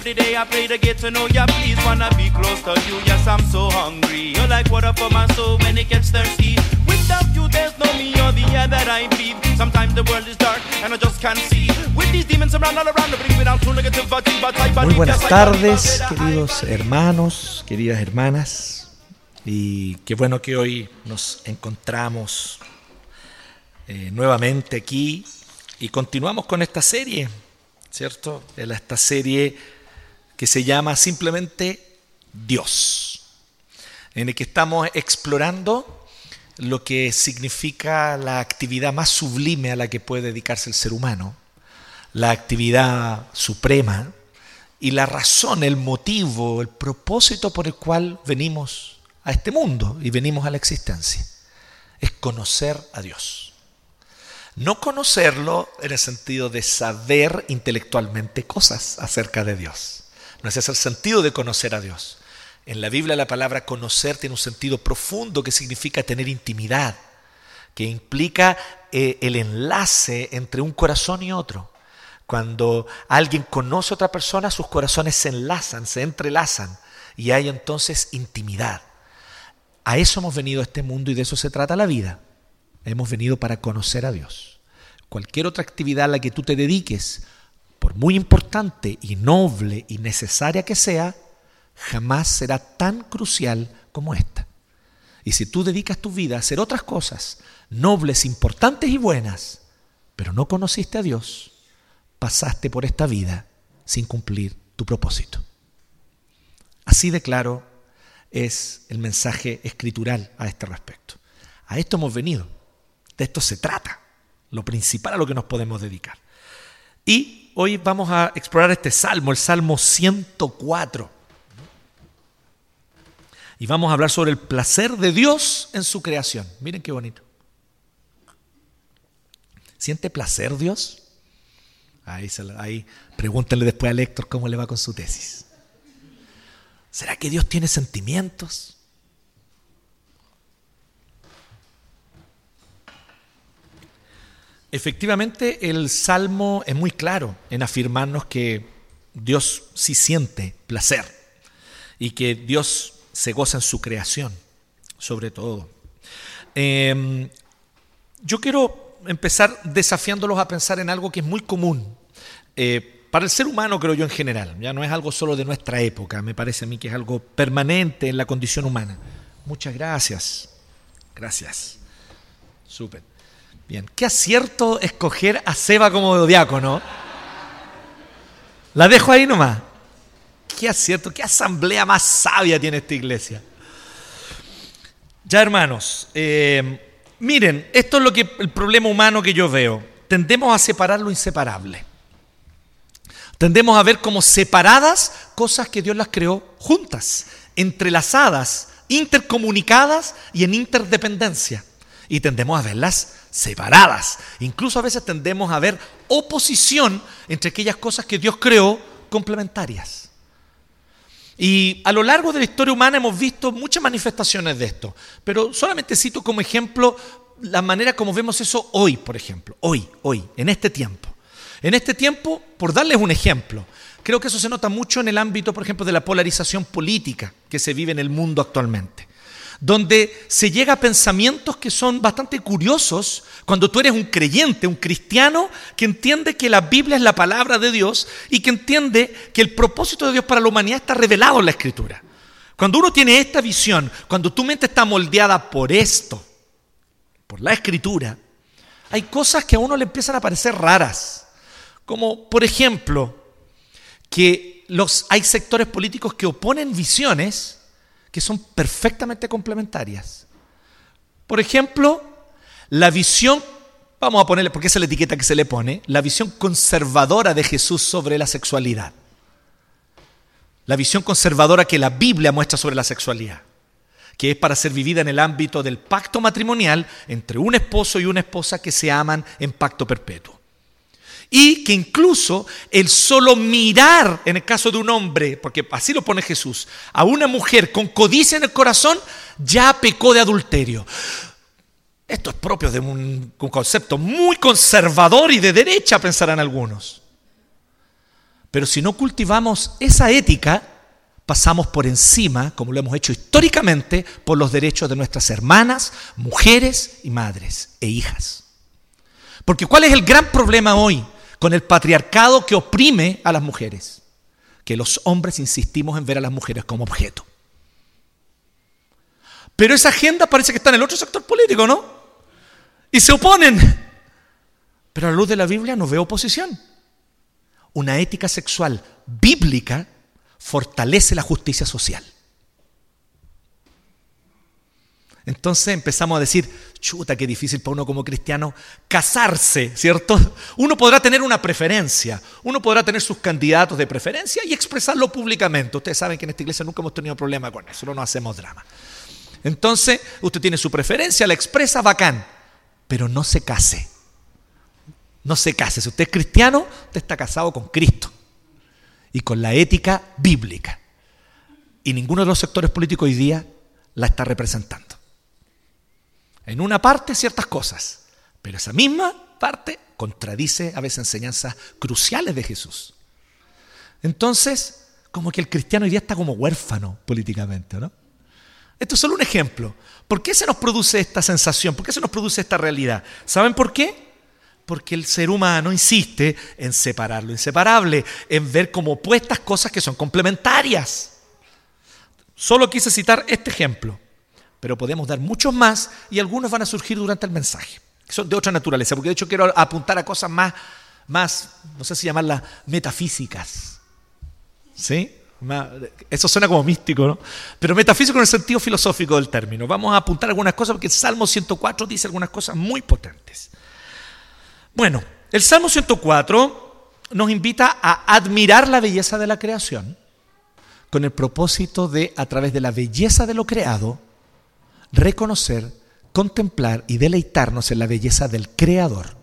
the day I pray to get to know ya. Please wanna be close to you. Yes, I'm so hungry. You're like water for my soul when it gets thirsty. Without you, there's no me or the air that I breathe. Sometimes the world is dark and I just can't see. With these demons around all around, bring me down to negativity. Muy buenas tardes, queridos hermanos, queridas hermanas. Y qué bueno que hoy nos encontramos nuevamente aquí y continuamos con esta serie, ¿cierto? Esta serie que se llama simplemente Dios, en el que estamos explorando lo que significa la actividad más sublime a la que puede dedicarse el ser humano, la actividad suprema y la razón, el motivo, el propósito por el cual venimos a este mundo y venimos a la existencia. Es conocer a Dios. No conocerlo en el sentido de saber intelectualmente cosas acerca de Dios. No ese es el sentido de conocer a Dios. En la Biblia la palabra conocer tiene un sentido profundo que significa tener intimidad, que implica el enlace entre un corazón y otro. Cuando alguien conoce a otra persona, sus corazones se enlazan, se entrelazan y hay entonces intimidad. A eso hemos venido a este mundo y de eso se trata la vida. Hemos venido para conocer a Dios. Cualquier otra actividad a la que tú te dediques, por muy importante y noble y necesaria que sea, jamás será tan crucial como esta. Y si tú dedicas tu vida a hacer otras cosas, nobles, importantes y buenas, pero no conociste a Dios, pasaste por esta vida sin cumplir tu propósito. Así de claro es el mensaje escritural a este respecto. A esto hemos venido. De esto se trata, lo principal a lo que nos podemos dedicar. Y hoy vamos a explorar este salmo, el Salmo 104. Y vamos a hablar sobre el placer de Dios en su creación. Miren qué bonito. ¿Siente placer Dios? Ahí pregúntenle después al Héctor cómo le va con su tesis. ¿Será que Dios tiene sentimientos? Efectivamente, el Salmo es muy claro en afirmarnos que Dios sí siente placer y que Dios se goza en su creación, sobre todo. Yo quiero empezar desafiándolos a pensar en algo que es muy común para el ser humano, creo yo, en general. Ya no es algo solo de nuestra época, me parece a mí que es algo permanente en la condición humana. Muchas gracias. Gracias. Súper. Bien, qué acierto escoger a Seba como diácono. La dejo ahí nomás. Qué acierto, qué asamblea más sabia tiene esta iglesia. Ya, hermanos, miren, esto es el problema humano que yo veo. Tendemos a separar lo inseparable. Tendemos a ver como separadas cosas que Dios las creó juntas, entrelazadas, intercomunicadas y en interdependencia. Y tendemos a verlas separadas. Incluso a veces tendemos a ver oposición entre aquellas cosas que Dios creó complementarias. Y a lo largo de la historia humana hemos visto muchas manifestaciones de esto. Pero solamente cito como ejemplo la manera como vemos eso hoy, por ejemplo. Hoy, en este tiempo. En este tiempo, por darles un ejemplo, creo que eso se nota mucho en el ámbito, por ejemplo, de la polarización política que se vive en el mundo actualmente. Donde se llega a pensamientos que son bastante curiosos cuando tú eres un creyente, un cristiano que entiende que la Biblia es la palabra de Dios y que entiende que el propósito de Dios para la humanidad está revelado en la Escritura. Cuando uno tiene esta visión, cuando tu mente está moldeada por esto, por la Escritura, hay cosas que a uno le empiezan a parecer raras. Como, por ejemplo, que hay sectores políticos que oponen visiones que son perfectamente complementarias. Por ejemplo, la visión, vamos a ponerle, porque esa es la etiqueta que se le pone, la visión conservadora de Jesús sobre la sexualidad. La visión conservadora que la Biblia muestra sobre la sexualidad, que es para ser vivida en el ámbito del pacto matrimonial entre un esposo y una esposa que se aman en pacto perpetuo. Y que incluso el solo mirar, en el caso de un hombre, porque así lo pone Jesús, a una mujer con codicia en el corazón, ya pecó de adulterio. Esto es propio de un concepto muy conservador y de derecha, pensarán algunos. Pero si no cultivamos esa ética, pasamos por encima, como lo hemos hecho históricamente, por los derechos de nuestras hermanas, mujeres y madres e hijas. Porque ¿cuál es el gran problema hoy con el patriarcado que oprime a las mujeres? Que los hombres insistimos en ver a las mujeres como objeto. Pero esa agenda parece que está en el otro sector político, ¿no? Y se oponen. Pero a la luz de la Biblia no veo oposición. Una ética sexual bíblica fortalece la justicia social. Entonces empezamos a decir, chuta, qué difícil para uno como cristiano casarse, ¿cierto? Uno podrá tener una preferencia, uno podrá tener sus candidatos de preferencia y expresarlo públicamente. Ustedes saben que en esta iglesia nunca hemos tenido problema con eso, no nos hacemos drama. Entonces, usted tiene su preferencia, la expresa, bacán, pero no se case. No se case. Si usted es cristiano, usted está casado con Cristo y con la ética bíblica. Y ninguno de los sectores políticos hoy día la está representando. En una parte ciertas cosas, pero esa misma parte contradice a veces enseñanzas cruciales de Jesús. Entonces, como que el cristiano hoy día está como huérfano políticamente, ¿no? Esto es solo un ejemplo. ¿Por qué se nos produce esta sensación? ¿Por qué se nos produce esta realidad? ¿Saben por qué? Porque el ser humano insiste en separar lo inseparable, en ver como opuestas cosas que son complementarias. Solo quise citar este ejemplo, pero podemos dar muchos más y algunos van a surgir durante el mensaje, que son de otra naturaleza, porque de hecho quiero apuntar a cosas más, no sé si llamarlas metafísicas. ¿Sí? Eso suena como místico, ¿no? Pero metafísico en el sentido filosófico del término. Vamos a apuntar algunas cosas porque el Salmo 104 dice algunas cosas muy potentes. Bueno, el Salmo 104 nos invita a admirar la belleza de la creación con el propósito de, a través de la belleza de lo creado, reconocer, contemplar y deleitarnos en la belleza del Creador.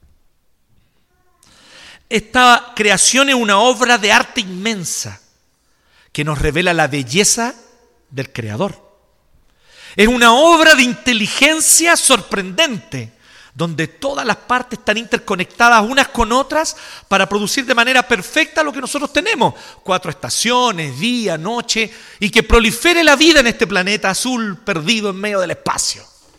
Esta creación es una obra de arte inmensa que nos revela la belleza del Creador. Es una obra de inteligencia sorprendente, donde todas las partes están interconectadas unas con otras para producir de manera perfecta lo que nosotros tenemos. 4 estaciones, día, noche, y que prolifere la vida en este planeta azul perdido en medio del espacio.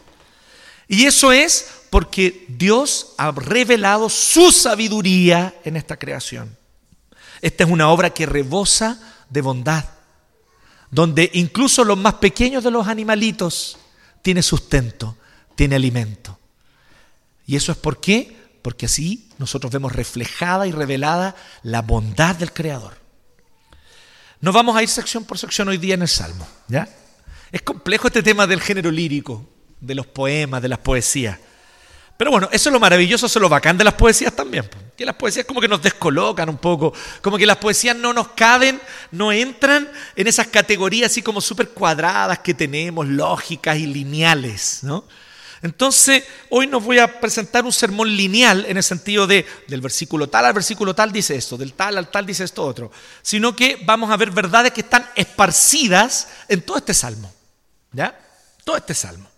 Y eso es porque Dios ha revelado su sabiduría en esta creación. Esta es una obra que rebosa de bondad, donde incluso los más pequeños de los animalitos tienen sustento, tienen alimento. ¿Y eso es por qué? Porque así nosotros vemos reflejada y revelada la bondad del Creador. Nos vamos a ir sección por sección hoy día en el Salmo, ¿ya? Es complejo este tema del género lírico, de los poemas, de las poesías. Pero bueno, eso es lo maravilloso, eso es lo bacán de las poesías también. Que las poesías como que nos descolocan un poco, como que las poesías no nos caben, no entran en esas categorías así como súper cuadradas que tenemos, lógicas y lineales, ¿no? Entonces, hoy nos voy a presentar un sermón lineal en el sentido de del versículo tal al versículo tal dice esto, del tal al tal dice esto otro, sino que vamos a ver verdades que están esparcidas en todo este salmo, ¿ya? Todo este salmo.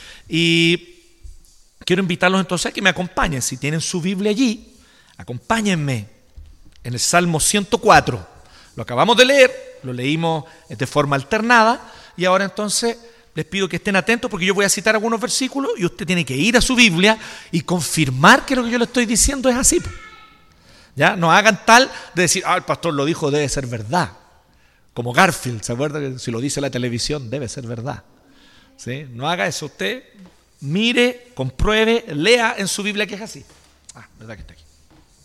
Y quiero invitarlos entonces a que me acompañen, si tienen su Biblia allí, acompáñenme en el Salmo 104. Lo acabamos de leer, lo leímos de forma alternada y ahora entonces les pido que estén atentos porque yo voy a citar algunos versículos y usted tiene que ir a su Biblia y confirmar que lo que yo le estoy diciendo es así. ¿Ya? No hagan tal de decir, el pastor lo dijo, debe ser verdad. Como Garfield, ¿se acuerda que si lo dice la televisión debe ser verdad? ¿Sí? No haga eso. Usted mire, compruebe, lea en su Biblia que es así. ¿Verdad que está aquí?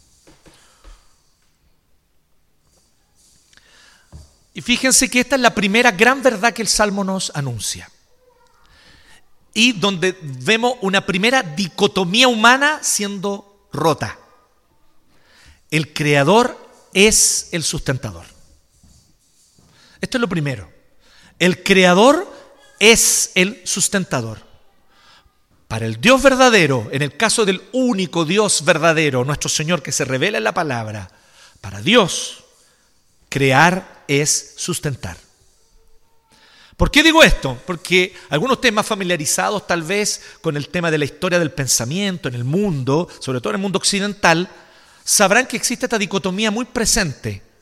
Y fíjense que esta es la primera gran verdad que el Salmo nos anuncia. Y donde vemos una primera dicotomía humana siendo rota. El Creador es el sustentador. Esto es lo primero. El Creador es el sustentador. Para el Dios verdadero, en el caso del único Dios verdadero, nuestro Señor que se revela en la palabra, para Dios, crear es sustentar. ¿Por qué digo esto? Porque algunos de ustedes más familiarizados tal vez con el tema de la historia del pensamiento en el mundo, sobre todo en el mundo occidental, sabrán que existe esta dicotomía muy presente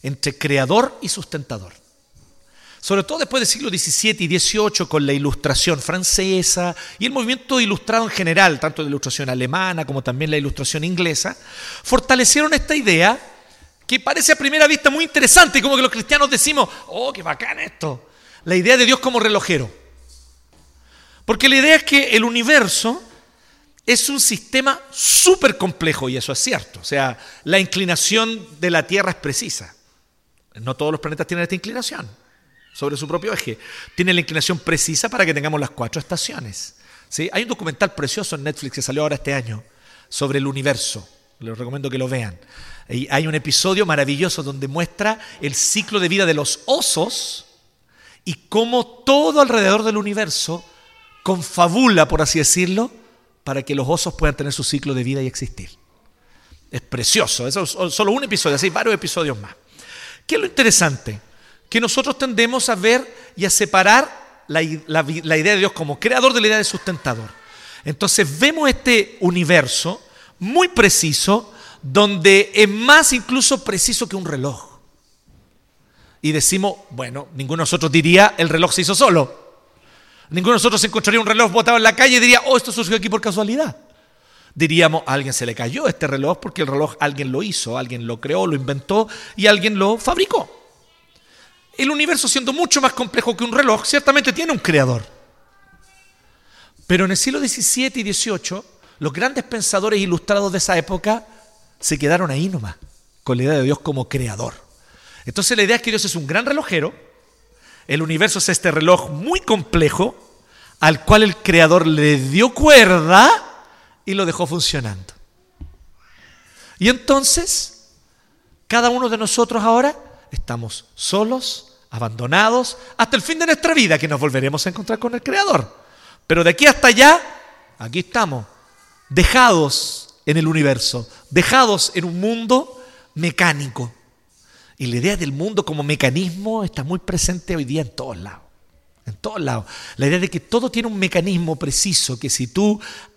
entre creador y sustentador. Sobre todo después del siglo XVII y XVIII, con la ilustración francesa y el movimiento ilustrado en general, tanto la ilustración alemana como también la ilustración inglesa, fortalecieron esta idea que parece a primera vista muy interesante, y como que los cristianos decimos, ¡oh, qué bacán esto! La idea de Dios como relojero. Porque la idea es que el universo es un sistema súper complejo, y eso es cierto. O sea, la inclinación de la Tierra es precisa. No todos los planetas tienen esta inclinación sobre su propio eje. Tiene la inclinación precisa para que tengamos las 4 estaciones. ¿Sí? Hay un documental precioso en Netflix que salió ahora este año sobre el universo. Les recomiendo que lo vean. Y hay un episodio maravilloso donde muestra el ciclo de vida de los osos y cómo todo alrededor del universo confabula, por así decirlo, para que los osos puedan tener su ciclo de vida y existir. Es precioso. Eso es solo un episodio, así varios episodios más. ¿Qué es lo interesante? Que nosotros tendemos a ver y a separar la idea de Dios como creador de la idea de sustentador. Entonces vemos este universo muy preciso, donde es más incluso preciso que un reloj. Y decimos, bueno, ninguno de nosotros diría, el reloj se hizo solo. Ninguno de nosotros encontraría un reloj botado en la calle y diría, oh, esto surgió aquí por casualidad. Diríamos, a alguien se le cayó este reloj porque el reloj alguien lo hizo, alguien lo creó, lo inventó y alguien lo fabricó. El universo, siendo mucho más complejo que un reloj, ciertamente tiene un creador. Pero en el siglo XVII y XVIII, los grandes pensadores ilustrados de esa época se quedaron ahí nomás, con la idea de Dios como creador. Entonces la idea es que Dios es un gran relojero, el universo es este reloj muy complejo, al cual el creador le dio cuerda y lo dejó funcionando. Y entonces, cada uno de nosotros ahora estamos solos, abandonados, hasta el fin de nuestra vida, que nos volveremos a encontrar con el creador. Pero de aquí hasta allá, aquí estamos, dejados en el universo, dejados en un mundo mecánico. Y la idea del mundo como mecanismo está muy presente hoy día en todos lados. En todos lados. La idea de que todo tiene un mecanismo preciso, que si tú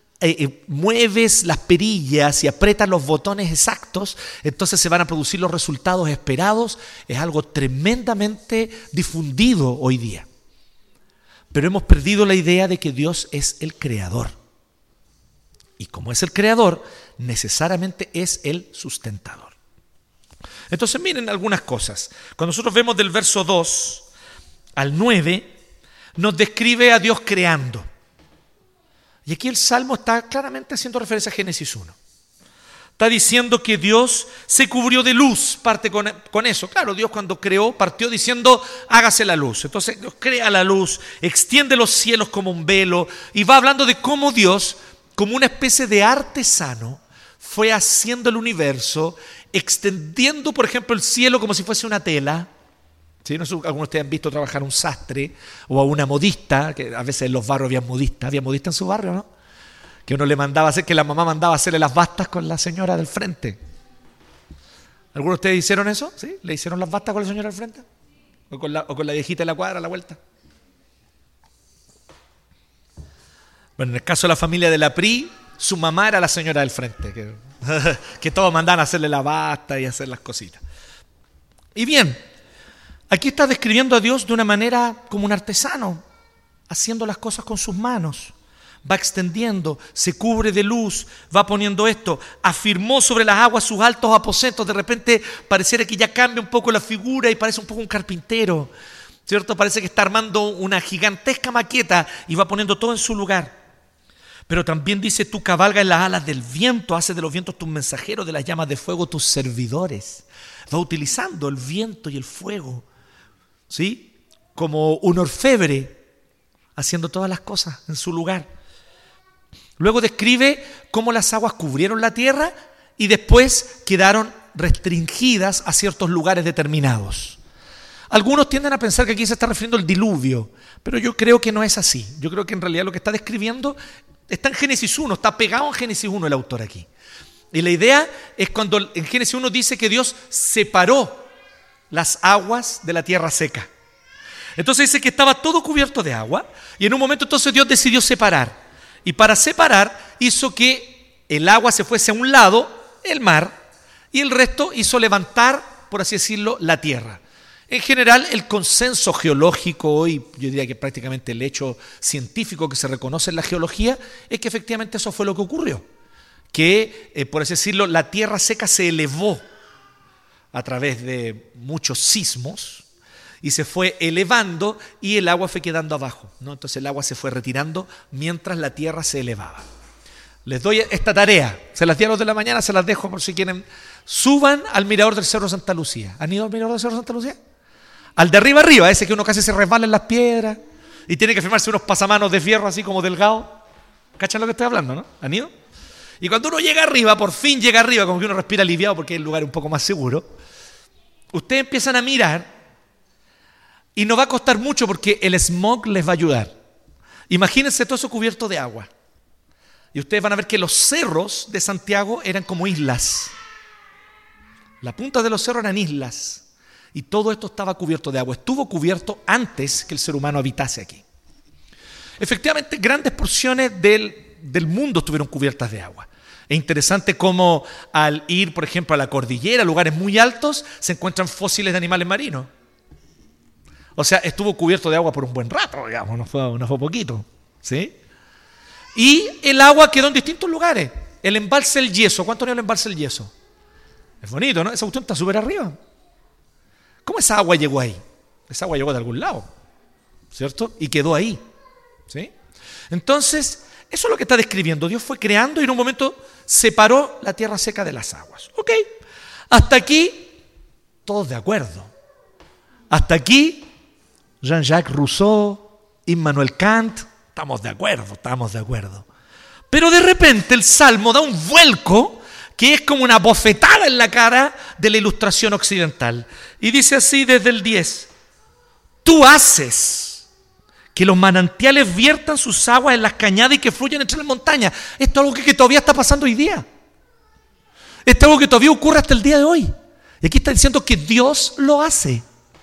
mueves las perillas y aprietas los botones exactos, entonces se van a producir los resultados esperados, es algo tremendamente difundido hoy día. Pero hemos perdido la idea de que Dios es el creador. Y como es el creador, necesariamente es el sustentador. Entonces miren algunas cosas. Cuando nosotros vemos del verso 2 al 9, nos describe a Dios creando. Y aquí el Salmo está claramente haciendo referencia a Génesis 1. Está diciendo que Dios se cubrió de luz, parte con eso. Claro, Dios cuando creó partió diciendo, hágase la luz. Entonces Dios crea la luz, extiende los cielos como un velo y va hablando de cómo Dios, como una especie de artesano, fue haciendo el universo, extendiendo, por ejemplo, el cielo como si fuese una tela. ¿Sí? No sé, algunos de ustedes han visto trabajar a un sastre o a una modista, que a veces en los barrios había modista en su barrio, ¿no? Que uno le mandaba hacer, que la mamá mandaba hacerle las bastas con la señora del frente. ¿Algunos de ustedes hicieron eso? ¿Sí? ¿Le hicieron las bastas con la señora del frente? ¿O con la viejita de la cuadra a la vuelta? Bueno, en el caso de la familia de la PRI, su mamá era la señora del frente, que todos mandaban a hacerle la basta y hacer las cositas. Y bien, aquí está describiendo a Dios de una manera como un artesano, haciendo las cosas con sus manos. Va extendiendo, se cubre de luz, va poniendo esto, afirmó sobre las aguas sus altos aposentos. De repente pareciera que ya cambia un poco la figura y parece un poco un carpintero, ¿cierto? Parece que está armando una gigantesca maqueta y va poniendo todo en su lugar. Pero también dice, tú cabalgas en las alas del viento, haces de los vientos tus mensajeros, de las llamas de fuego tus servidores. Va utilizando el viento y el fuego, ¿sí? Como un orfebre, haciendo todas las cosas en su lugar. Luego describe cómo las aguas cubrieron la tierra y después quedaron restringidas a ciertos lugares determinados. Algunos tienden a pensar que aquí se está refiriendo al diluvio, pero yo creo que no es así. Yo creo que en realidad lo que está describiendo está en Génesis 1, está pegado en Génesis 1 el autor aquí. Y la idea es cuando en Génesis 1 dice que Dios separó las aguas de la tierra seca. Entonces dice que estaba todo cubierto de agua y en un momento entonces Dios decidió separar. Y para separar hizo que el agua se fuese a un lado, el mar, y el resto hizo levantar por así decirlo, la Tierra. En general, el consenso geológico hoy, yo diría que prácticamente el hecho científico que se reconoce en la geología, es que efectivamente eso fue lo que ocurrió. Que, por así decirlo, la tierra seca se elevó a través de muchos sismos y se fue elevando y el agua fue quedando abajo, ¿no? Entonces el agua se fue retirando mientras la tierra se elevaba. Les doy esta tarea, se las di a los de la mañana, se las dejo por si quieren. Suban al mirador del Cerro Santa Lucía. ¿Han ido al mirador del Cerro Santa Lucía? Al de arriba, ese que uno casi se resbala en las piedras y tiene que firmarse unos pasamanos de fierro así como delgados. ¿Cachan lo que estoy hablando, no? ¿Han ido? Y cuando uno llega arriba, por fin llega arriba, como que uno respira aliviado porque es el lugar un poco más seguro, ustedes empiezan a mirar y no va a costar mucho porque el smog les va a ayudar. Imagínense todo eso cubierto de agua. Y ustedes van a ver que los cerros de Santiago eran como islas. La punta de los cerros eran islas. Y todo esto estaba cubierto de agua. Estuvo cubierto antes que el ser humano habitase aquí. Efectivamente, grandes porciones del mundo estuvieron cubiertas de agua. Es interesante cómo al ir, por ejemplo, a la cordillera, lugares muy altos, se encuentran fósiles de animales marinos. O sea, estuvo cubierto de agua por un buen rato, digamos, no fue poquito, ¿sí? Y el agua quedó en distintos lugares. El embalse del Yeso, ¿cuánto nivel el embalse del Yeso? Es bonito, ¿no? Esa cuestión está súper arriba. ¿Cómo esa agua llegó ahí? Esa agua llegó de algún lado, ¿cierto? Y quedó ahí, ¿sí? Entonces, eso es lo que está describiendo. Dios fue creando y en un momento separó la tierra seca de las aguas. Ok, hasta aquí, todos de acuerdo. Hasta aquí, Jean-Jacques Rousseau, Immanuel Kant, estamos de acuerdo. Pero de repente el Salmo da un vuelco que es como una bofetada en la cara de la ilustración occidental. Y dice así desde el 10: tú haces que los manantiales viertan sus aguas en las cañadas y que fluyan entre las montañas. Esto es algo que todavía está pasando hoy día. Esto es algo que todavía ocurre hasta el día de hoy. Y aquí está diciendo que Dios lo hace.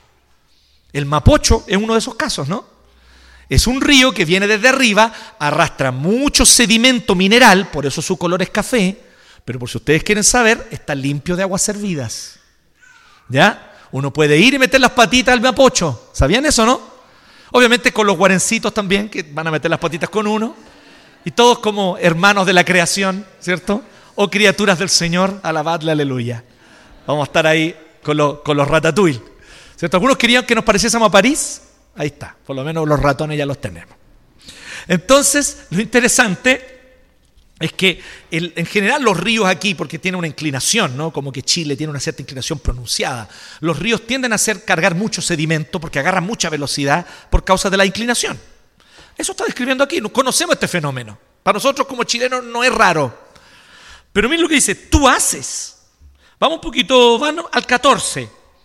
El Mapocho es uno de esos casos, ¿no? Es un río que viene desde arriba, arrastra mucho sedimento mineral, por eso su color es café, pero por si ustedes quieren saber, está limpio de aguas servidas. ¿Ya? Uno puede ir y meter las patitas al Mapocho. ¿Sabían eso, no? Obviamente con los guarencitos también, que van a meter las patitas con uno. Y todos como hermanos de la creación, ¿cierto? O criaturas del Señor, alabadle, aleluya. Vamos a estar ahí con los ratatouille, ¿cierto? Algunos querían que nos pareciésemos a París. Ahí está, por lo menos los ratones ya los tenemos. Entonces, lo interesante es que en general los ríos aquí, porque tienen una inclinación, ¿no? Como que Chile tiene una cierta inclinación pronunciada, los ríos tienden a hacer cargar mucho sedimento porque agarran mucha velocidad por causa de la inclinación. Eso está describiendo aquí, conocemos este fenómeno. Para nosotros como chilenos no es raro. Pero miren lo que dice: tú haces. Vamos un poquito, vamos al 14.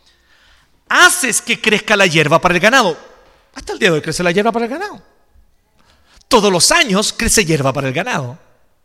Haces que crezca la hierba para el ganado. Hasta el día de hoy crece la hierba para el ganado. Todos los años crece hierba para el ganado.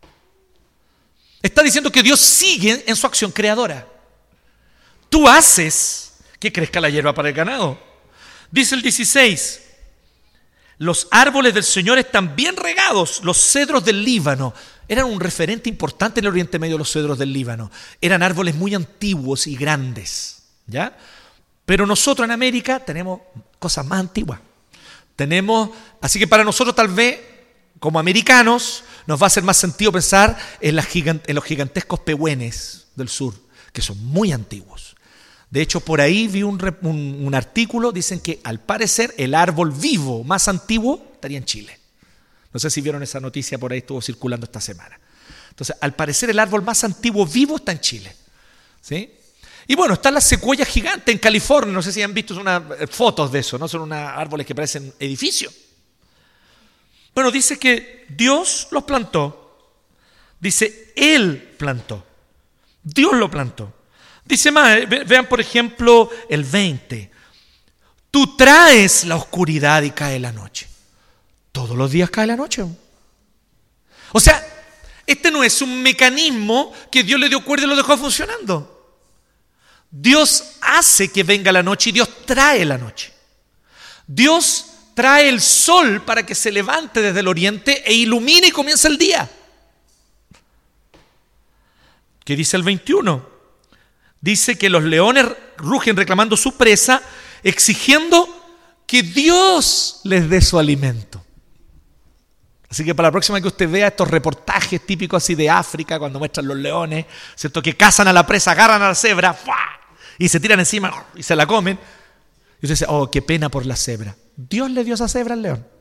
Está diciendo que Dios sigue en su acción creadora. Tú haces que crezca la hierba para el ganado. Dice el 16: los árboles del Señor están bien regados, los cedros del Líbano. Eran un referente importante en el Oriente Medio los cedros del Líbano. Eran árboles muy antiguos y grandes, ¿ya? Pero nosotros en América tenemos cosas más antiguas. Así que para nosotros tal vez, como americanos, nos va a hacer más sentido pensar en los gigantescos pehuenes del sur, que son muy antiguos. De hecho, por ahí vi un artículo, dicen que al parecer el árbol vivo más antiguo estaría en Chile. No sé si vieron esa noticia, por ahí estuvo circulando esta semana. Entonces, al parecer el árbol más antiguo vivo está en Chile, ¿sí? Y bueno, están las secuoyas gigantes en California, no sé si han visto fotos de eso, ¿no? Son unos árboles que parecen edificios. Bueno, dice que Dios los plantó. Dice, Él plantó. Dios lo plantó. Dice más, vean por ejemplo el 20. Tú traes la oscuridad y cae la noche. Todos los días cae la noche. O sea, este no es un mecanismo que Dios le dio cuerda y lo dejó funcionando. Dios hace que venga la noche y Dios trae la noche. Dios trae el sol para que se levante desde el oriente e ilumine y comienza el día. ¿Qué dice el 21? Dice que los leones rugen reclamando su presa, exigiendo que Dios les dé su alimento. Así que para la próxima que usted vea estos reportajes típicos así de África, cuando muestran los leones, ¿cierto?, que cazan a la presa, agarran a la cebra, ¡fua!, y se tiran encima y se la comen. Y usted dice, oh, qué pena por la cebra. Dios le dio esa cebra al león.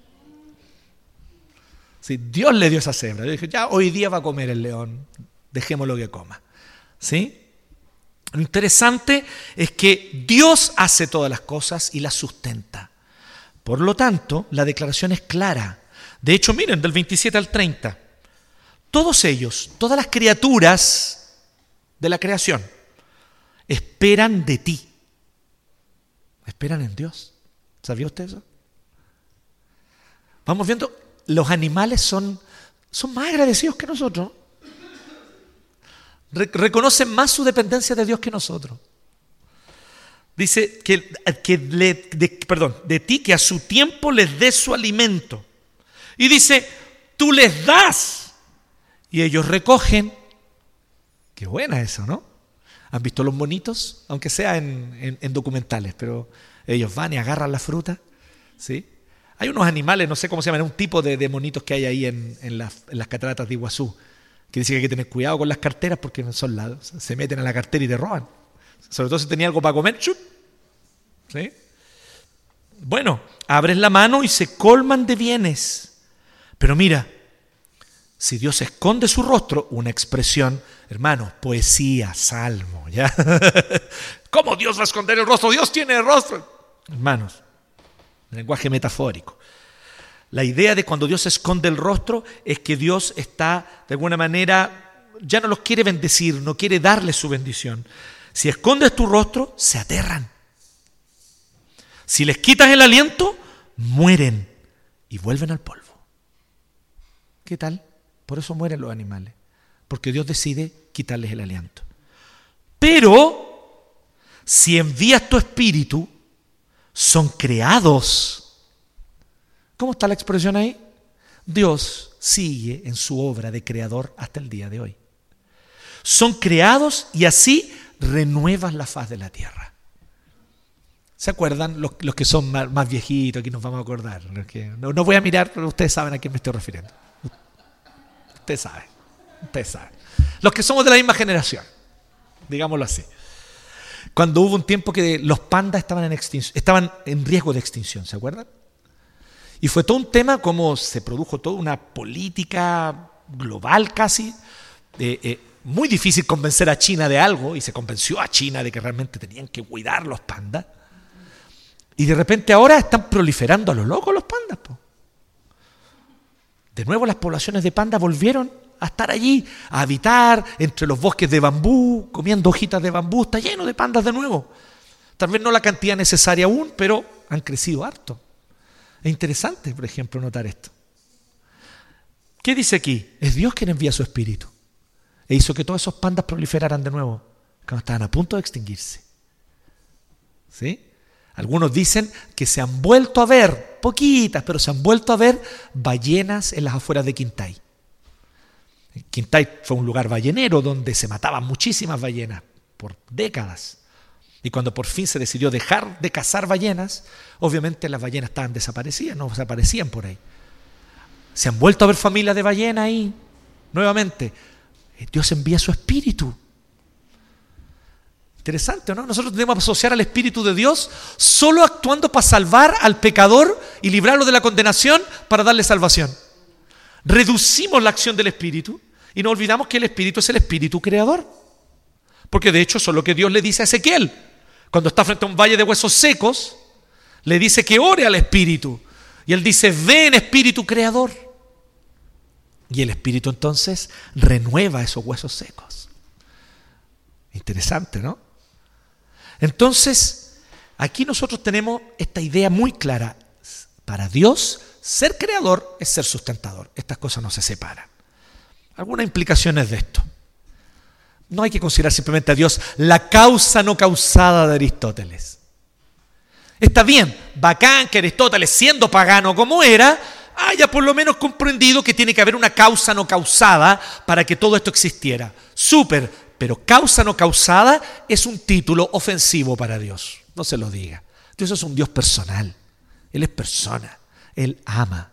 Sí, Dios le dio esa cebra. Yo dije, ya, hoy día va a comer el león, dejémoslo que coma. ¿Sí? Lo interesante es que Dios hace todas las cosas y las sustenta. Por lo tanto, la declaración es clara. De hecho, miren, del 27 al 30, todos ellos, todas las criaturas de la creación, esperan de ti. Esperan en Dios. ¿Sabía usted eso? Vamos viendo, los animales son más agradecidos que nosotros. Reconocen más su dependencia de Dios que nosotros. Dice de ti que a su tiempo les dé su alimento. Y dice, tú les das y ellos recogen. Qué buena eso, ¿no? ¿Han visto los monitos? Aunque sea en documentales, pero ellos van y agarran la fruta, ¿sí? Hay unos animales, no sé cómo se llaman, un tipo de monitos que hay ahí en las cataratas de Iguazú, que dice que hay que tener cuidado con las carteras porque son lados, se meten a la cartera y te roban. Sobre todo si tenía algo para comer, ¡chup! ¿Sí? Bueno, abres la mano y se colman de bienes. Pero mira, si Dios esconde su rostro, una expresión, hermanos, poesía, salmo, ¿ya? ¿Cómo Dios va a esconder el rostro? Dios tiene el rostro. Hermanos, lenguaje metafórico. La idea de cuando Dios esconde el rostro es que Dios está, de alguna manera, ya no los quiere bendecir, no quiere darles su bendición. Si escondes tu rostro, se aterran. Si les quitas el aliento, mueren y vuelven al polvo. ¿Qué tal? Por eso mueren los animales, porque Dios decide quitarles el aliento. Pero, si envías tu espíritu, son creados. ¿Cómo está la expresión ahí? Dios sigue en su obra de creador hasta el día de hoy. Son creados y así renuevas la faz de la tierra. ¿Se acuerdan? Los que son más viejitos, aquí nos vamos a acordar. No voy a mirar, pero ustedes saben a quién me estoy refiriendo. Ustedes saben. Los que somos de la misma generación, digámoslo así. Cuando hubo un tiempo que los pandas estaban en riesgo de extinción, ¿se acuerdan? Y fue todo un tema, como se produjo toda una política global casi, muy difícil convencer a China de algo, y se convenció a China de que realmente tenían que cuidar los pandas. Y de repente ahora están proliferando a lo loco los pandas, po. De nuevo las poblaciones de pandas volvieron a estar allí, a habitar entre los bosques de bambú, comiendo hojitas de bambú. Está lleno de pandas de nuevo. Tal vez no la cantidad necesaria aún, pero han crecido harto. Es interesante, por ejemplo, notar esto. ¿Qué dice aquí? Es Dios quien envía su espíritu e hizo que todos esos pandas proliferaran de nuevo cuando estaban a punto de extinguirse. ¿Sí? Algunos dicen que se han vuelto a ver, poquitas, pero se han vuelto a ver ballenas en las afueras de Quintay. Quintay fue un lugar ballenero donde se mataban muchísimas ballenas por décadas. Y cuando por fin se decidió dejar de cazar ballenas, obviamente las ballenas estaban desaparecidas, no desaparecían por ahí. Se han vuelto a ver familias de ballenas ahí, nuevamente. Dios envía su espíritu. Interesante, ¿no? Nosotros tenemos que asociar al Espíritu de Dios solo actuando para salvar al pecador y librarlo de la condenación para darle salvación. Reducimos la acción del Espíritu y no olvidamos que el Espíritu es el Espíritu creador. Porque de hecho eso es lo que Dios le dice a Ezequiel. Cuando está frente a un valle de huesos secos, le dice que ore al Espíritu. Y él dice, ven Espíritu creador. Y el Espíritu entonces renueva esos huesos secos. Interesante, ¿no? Entonces, aquí nosotros tenemos esta idea muy clara. Para Dios, ser creador es ser sustentador. Estas cosas no se separan. Algunas implicaciones de esto. No hay que considerar simplemente a Dios la causa no causada de Aristóteles. Está bien, bacán que Aristóteles, siendo pagano como era, haya por lo menos comprendido que tiene que haber una causa no causada para que todo esto existiera. Súper. Pero causa no causada es un título ofensivo para Dios. No se lo diga. Dios es un Dios personal. Él es persona. Él ama.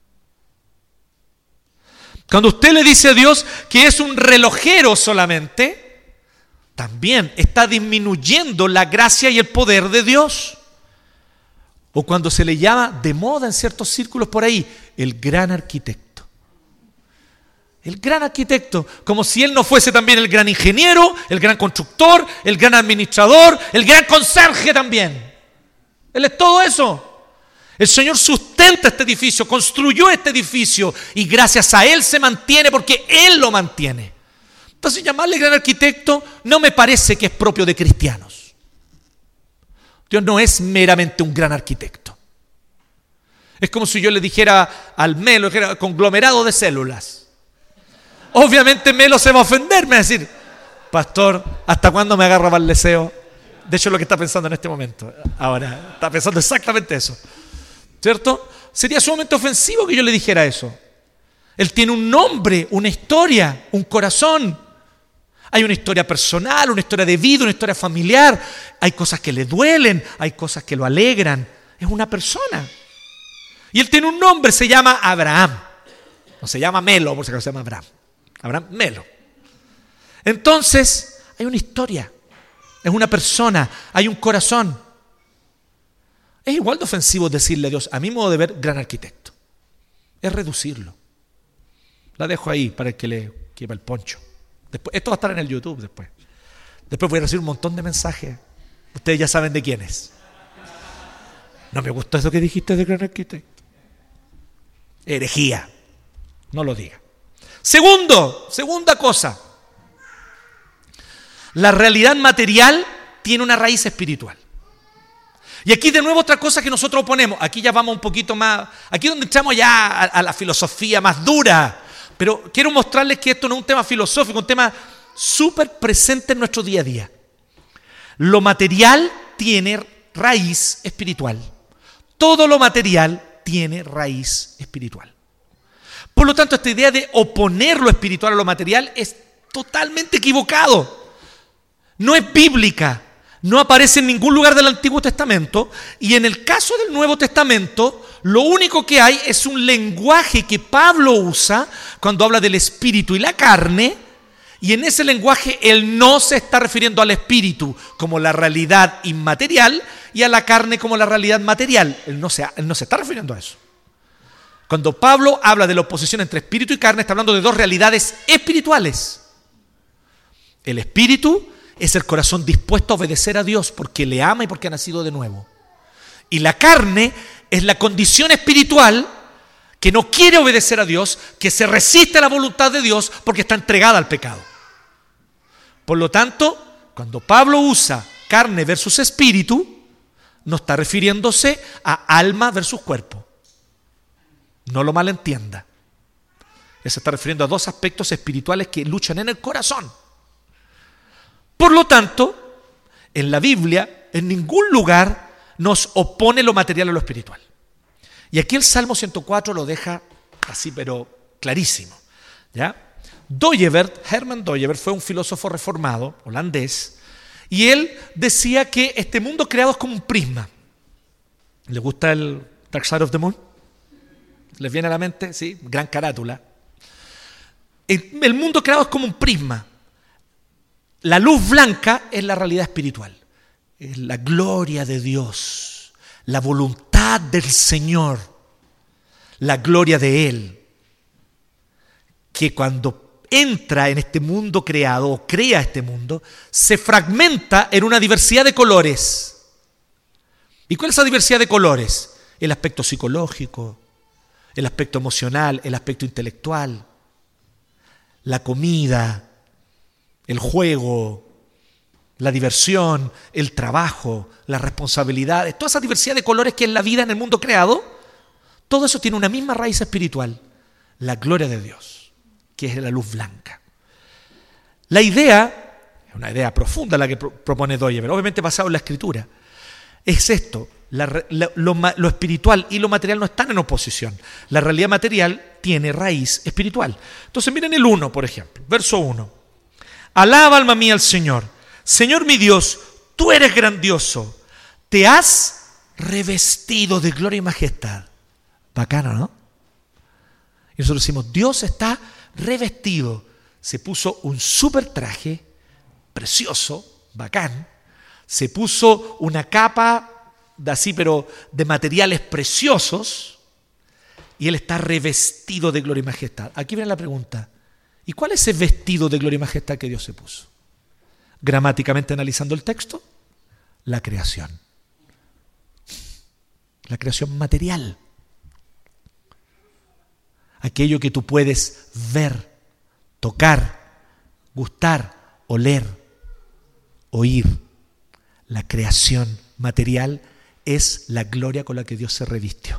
Cuando usted le dice a Dios que es un relojero solamente, también está disminuyendo la gracia y el poder de Dios. O cuando se le llama de moda en ciertos círculos por ahí, el gran arquitecto. El gran arquitecto, como si él no fuese también el gran ingeniero, el gran constructor, el gran administrador, el gran conserje también. Él es todo eso. El Señor sustenta este edificio, construyó este edificio y gracias a Él se mantiene porque Él lo mantiene. Entonces llamarle gran arquitecto no me parece que es propio de cristianos. Dios no es meramente un gran arquitecto. Es como si yo le dijera al Melo que era conglomerado de células. Obviamente Melo se va a ofender, me va a decir, pastor, ¿hasta cuándo me agarra para el deseo? De hecho es lo que está pensando en este momento. Ahora, está pensando exactamente eso. ¿Cierto? Sería sumamente ofensivo que yo le dijera eso. Él tiene un nombre, una historia, un corazón. Hay una historia personal, una historia de vida, una historia familiar. Hay cosas que le duelen, hay cosas que lo alegran. Es una persona. Y él tiene un nombre, se llama Abraham. No se llama Melo, por si acaso se llama Abraham. Abraham Melo. Entonces, hay una historia. Es una persona, hay un corazón. Es igual de ofensivo decirle a Dios, a mi modo de ver, gran arquitecto. Es reducirlo. La dejo ahí para el que le quepa el poncho. Después, esto va a estar en el YouTube después. Después voy a recibir un montón de mensajes. Ustedes ya saben de quién es. No me gustó eso que dijiste de gran arquitecto. Herejía. No lo diga. Segunda cosa. La realidad material tiene una raíz espiritual. Y aquí de nuevo otra cosa que nosotros oponemos. Aquí ya vamos un poquito más, aquí es donde entramos ya a la filosofía más dura. Pero quiero mostrarles que esto no es un tema filosófico, un tema súper presente en nuestro día a día. Lo material tiene raíz espiritual. Todo lo material tiene raíz espiritual. Por lo tanto, esta idea de oponer lo espiritual a lo material es totalmente equivocado. No es bíblica. No aparece en ningún lugar del Antiguo Testamento y en el caso del Nuevo Testamento lo único que hay es un lenguaje que Pablo usa cuando habla del espíritu y la carne, y en ese lenguaje él no se está refiriendo al espíritu como la realidad inmaterial y a la carne como la realidad material. Él no se está refiriendo a eso. Cuando Pablo habla de la oposición entre espíritu y carne, está hablando de dos realidades espirituales. El espíritu es el corazón dispuesto a obedecer a Dios porque le ama y porque ha nacido de nuevo. Y la carne es la condición espiritual que no quiere obedecer a Dios, que se resiste a la voluntad de Dios porque está entregada al pecado. Por lo tanto, cuando Pablo usa carne versus espíritu, no está refiriéndose a alma versus cuerpo. No lo malentienda. Él se está refiriendo a dos aspectos espirituales que luchan en el corazón. Por lo tanto, en la Biblia, en ningún lugar nos opone lo material a lo espiritual. Y aquí el Salmo 104 lo deja así, pero clarísimo. ¿Ya? Herman Dooyeweerd fue un filósofo reformado, holandés, y él decía que este mundo creado es como un prisma. ¿Le gusta el Dark Side of the Moon? ¿Les viene a la mente? Sí, gran carátula. El mundo creado es como un prisma. La luz blanca es la realidad espiritual, es la gloria de Dios, la voluntad del Señor, la gloria de Él, que cuando entra en este mundo creado o crea este mundo, se fragmenta en una diversidad de colores. ¿Y cuál es esa diversidad de colores? El aspecto psicológico, el aspecto emocional, el aspecto intelectual, la comida, el juego, la diversión, el trabajo, las responsabilidades, toda esa diversidad de colores que es la vida en el mundo creado, todo eso tiene una misma raíz espiritual, la gloria de Dios, que es la luz blanca. La idea, es una idea profunda la que propone Dooyeweerd, obviamente basado en la Escritura, es esto: lo espiritual y lo material no están en oposición. La realidad material tiene raíz espiritual. Entonces miren el 1, por ejemplo, verso 1. Alaba, alma mía, al Señor. Señor mi Dios, tú eres grandioso. Te has revestido de gloria y majestad. Bacano, ¿no? Y nosotros decimos, Dios está revestido. Se puso un súper traje, precioso, bacán. Se puso una capa de así, pero de materiales preciosos. Y Él está revestido de gloria y majestad. Aquí viene la pregunta. ¿Y cuál es ese vestido de gloria y majestad que Dios se puso? Gramáticamente analizando el texto, la creación. La creación material. Aquello que tú puedes ver, tocar, gustar, oler, oír. La creación material es la gloria con la que Dios se revistió.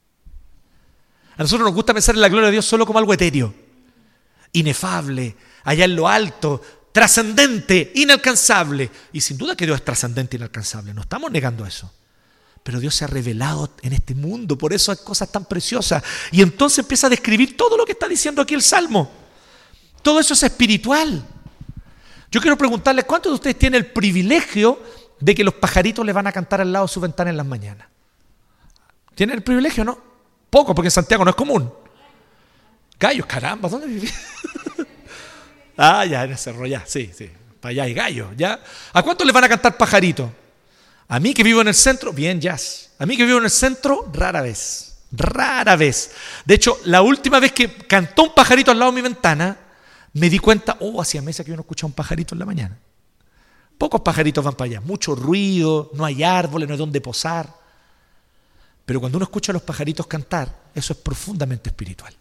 A nosotros nos gusta pensar en la gloria de Dios solo como algo etéreo, inefable, allá en lo alto, trascendente, inalcanzable. Y sin duda que Dios es trascendente, inalcanzable. No estamos negando eso. Pero Dios se ha revelado en este mundo, por eso hay cosas tan preciosas. Y entonces empieza a describir todo lo que está diciendo aquí el Salmo. Todo eso es espiritual. Yo quiero preguntarles, ¿cuántos de ustedes tienen el privilegio de que los pajaritos les van a cantar al lado de su ventana en las mañanas? ¿Tienen el privilegio o no? Poco, porque en Santiago no es común. Gallos, caramba, ¿dónde viví? Ya, en el cerro, ya, sí. Para allá hay gallos, ya. ¿A cuántos les van a cantar pajaritos? A mí que vivo en el centro, bien, jazz. A mí que vivo en el centro, rara vez. Rara vez. De hecho, la última vez que cantó un pajarito al lado de mi ventana, me di cuenta, hacía meses que yo no escuchaba un pajarito en la mañana. Pocos pajaritos van para allá. Mucho ruido, no hay árboles, no hay dónde posar. Pero cuando uno escucha a los pajaritos cantar, eso es profundamente espiritual.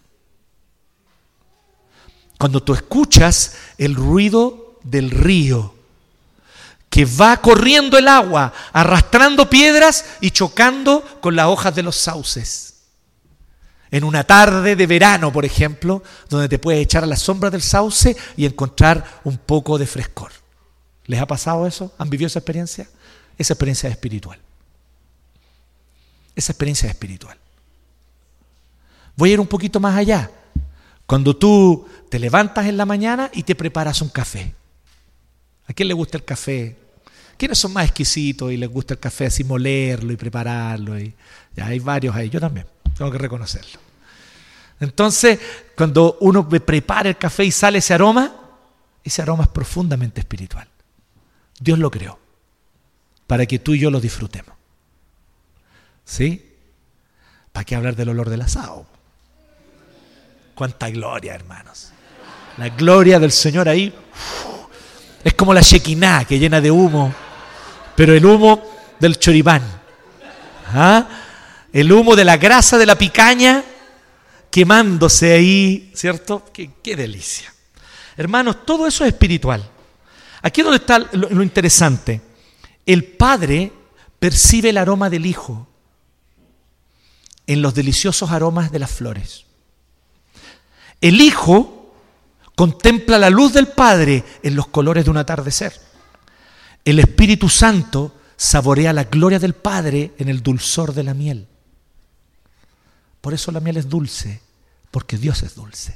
Cuando tú escuchas el ruido del río, que va corriendo el agua, arrastrando piedras y chocando con las hojas de los sauces. En una tarde de verano, por ejemplo, donde te puedes echar a la sombra del sauce y encontrar un poco de frescor. ¿Les ha pasado eso? ¿Han vivido esa experiencia? Esa experiencia es espiritual. Esa experiencia es espiritual. Voy a ir un poquito más allá. Cuando tú te levantas en la mañana y te preparas un café. ¿A quién le gusta el café? ¿Quiénes son más exquisitos y les gusta el café así molerlo y prepararlo? Ya hay varios ahí, yo también, tengo que reconocerlo. Entonces, cuando uno prepara el café y sale ese aroma es profundamente espiritual. Dios lo creó para que tú y yo lo disfrutemos. ¿Sí? ¿Para qué hablar del olor del asado? ¡Cuánta gloria, hermanos! La gloria del Señor ahí. Es como la shekinah que llena de humo, pero el humo del choripán. El humo de la grasa de la picaña quemándose ahí, ¿cierto? ¡Qué delicia! Hermanos, todo eso es espiritual. Aquí es donde está lo interesante. El Padre percibe el aroma del Hijo en los deliciosos aromas de las flores. El Hijo contempla la luz del Padre en los colores de un atardecer. El Espíritu Santo saborea la gloria del Padre en el dulzor de la miel. Por eso la miel es dulce, porque Dios es dulce.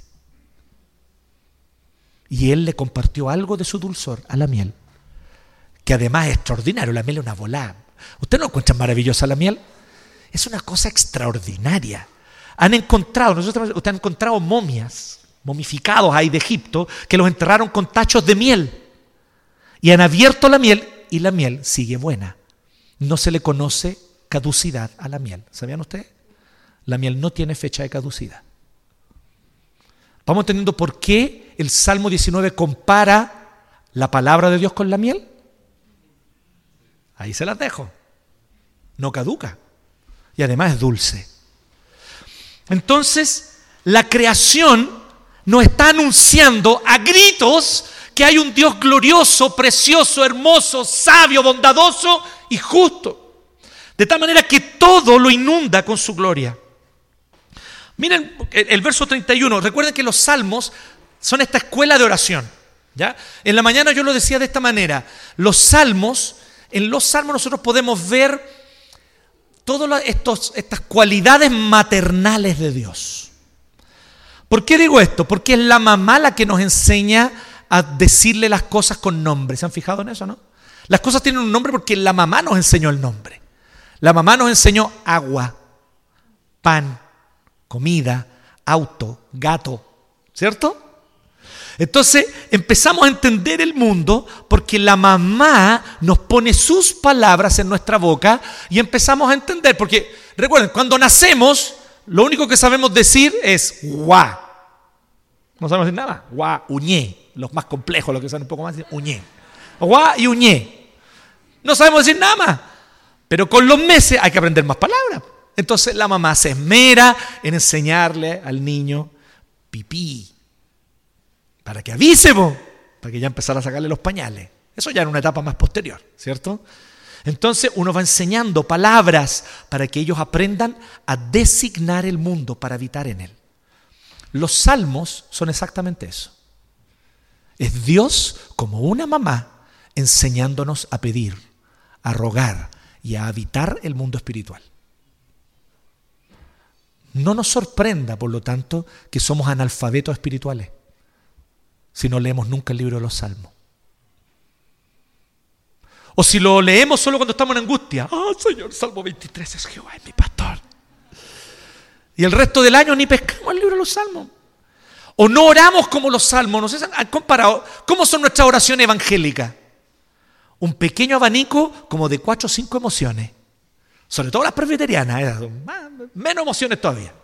Y Él le compartió algo de su dulzor a la miel, que además es extraordinario. La miel es una volada. ¿Usted no encuentra maravillosa la miel? Es una cosa extraordinaria. Usted ha encontrado momias, momificados ahí de Egipto, que los enterraron con tachos de miel. Y han abierto la miel y la miel sigue buena. No se le conoce caducidad a la miel. ¿Sabían ustedes? La miel no tiene fecha de caducidad. ¿Vamos entendiendo por qué el Salmo 19 compara la palabra de Dios con la miel? Ahí se las dejo. No caduca. Y además es dulce. Entonces, la creación nos está anunciando a gritos que hay un Dios glorioso, precioso, hermoso, sabio, bondadoso y justo. De tal manera que todo lo inunda con su gloria. Miren el verso 31. Recuerden que los salmos son esta escuela de oración, ¿ya? En la mañana yo lo decía de esta manera. En los salmos nosotros podemos ver todas estas cualidades maternales de Dios. ¿Por qué digo esto? Porque es la mamá la que nos enseña a decirle las cosas con nombre. ¿Se han fijado en eso, no? Las cosas tienen un nombre porque la mamá nos enseñó el nombre. La mamá nos enseñó agua, pan, comida, auto, gato, ¿cierto? Entonces empezamos a entender el mundo porque la mamá nos pone sus palabras en nuestra boca y empezamos a entender. Porque recuerden, cuando nacemos, lo único que sabemos decir es guá. No sabemos decir nada. Guá, uñé. Los más complejos, los que saben un poco más, dicen uñé. Guá y uñé. No sabemos decir nada más. Pero con los meses hay que aprender más palabras. Entonces la mamá se esmera en enseñarle al niño pipí. Para que avise, para que ya empezara a sacarle los pañales. Eso ya en una etapa más posterior, ¿cierto? Entonces uno va enseñando palabras para que ellos aprendan a designar el mundo para habitar en él. Los salmos son exactamente eso. Es Dios como una mamá enseñándonos a pedir, a rogar y a habitar el mundo espiritual. No nos sorprenda, por lo tanto, que somos analfabetos espirituales si no leemos nunca el libro de los Salmos. O si lo leemos solo cuando estamos en angustia. Señor, Salmo 23 es Jehová, es mi pastor. Y el resto del año ni pescamos el libro de los Salmos. O no oramos como los Salmos. No sé si han comparado. ¿Cómo son nuestras oraciones evangélicas? Un pequeño abanico como de 4 o 5 emociones. Sobre todo las presbiterianas. Menos emociones todavía.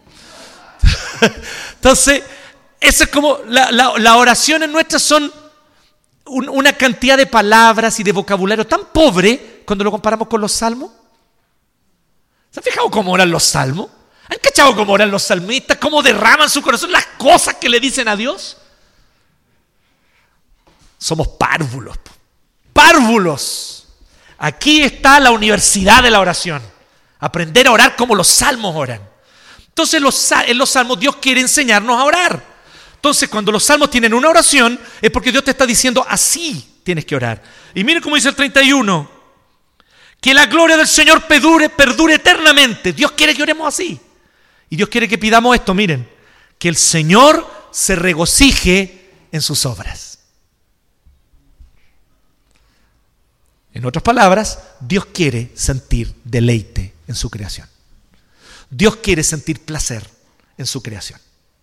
Entonces, eso es como las oraciones nuestras son una cantidad de palabras y de vocabulario tan pobre cuando lo comparamos con los salmos. ¿Se han fijado cómo oran los salmos? ¿Han cachado cómo oran los salmistas? ¿Cómo derraman su corazón las cosas que le dicen a Dios? Somos párvulos. Párvulos. Aquí está la universidad de la oración. Aprender a orar como los salmos oran. Entonces en los salmos Dios quiere enseñarnos a orar. Entonces, cuando los salmos tienen una oración, es porque Dios te está diciendo, así tienes que orar. Y miren cómo dice el 31, que la gloria del Señor perdure eternamente. Dios quiere que oremos así. Y Dios quiere que pidamos esto, miren, que el Señor se regocije en sus obras. En otras palabras, Dios quiere sentir deleite en su creación. Dios quiere sentir placer en su creación.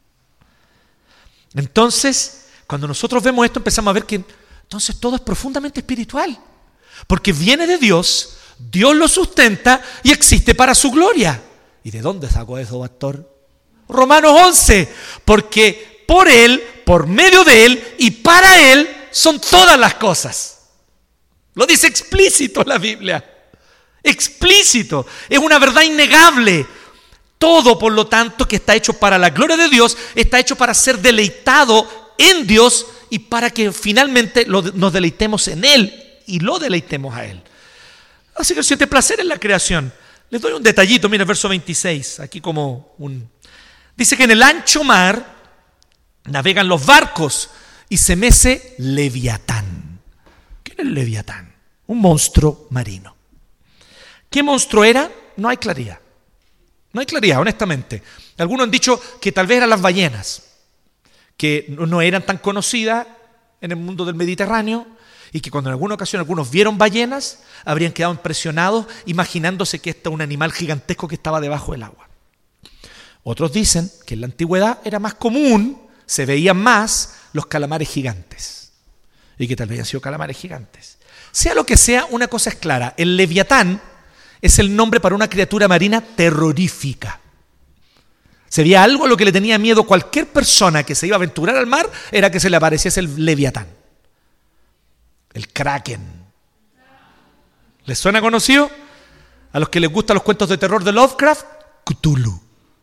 Entonces, cuando nosotros vemos esto, empezamos a ver que entonces todo es profundamente espiritual. Porque viene de Dios, Dios lo sustenta y existe para su gloria. ¿Y de dónde sacó eso, pastor? Romanos 11. Porque por Él, por medio de Él y para Él son todas las cosas. Lo dice explícito la Biblia. Explícito. Es una verdad innegable. Todo, por lo tanto, que está hecho para la gloria de Dios, está hecho para ser deleitado en Dios y para que finalmente nos deleitemos en Él y lo deleitemos a Él. Así que siente placer en la creación. Les doy un detallito, mira el verso 26, aquí dice que en el ancho mar navegan los barcos y se mece Leviatán. ¿Quién es Leviatán? Un monstruo marino. ¿Qué monstruo era? No hay claridad. No hay claridad, honestamente. Algunos han dicho que tal vez eran las ballenas, que no eran tan conocidas en el mundo del Mediterráneo y que cuando en alguna ocasión algunos vieron ballenas, habrían quedado impresionados imaginándose que este es un animal gigantesco que estaba debajo del agua. Otros dicen que en la antigüedad era más común, se veían más los calamares gigantes y que tal vez hayan sido calamares gigantes. Sea lo que sea, una cosa es clara, el Leviatán es el nombre para una criatura marina terrorífica. Si había algo a lo que le tenía miedo cualquier persona que se iba a aventurar al mar, era que se le apareciese el Leviatán. El Kraken. ¿Les suena conocido? A los que les gustan los cuentos de terror de Lovecraft, Cthulhu.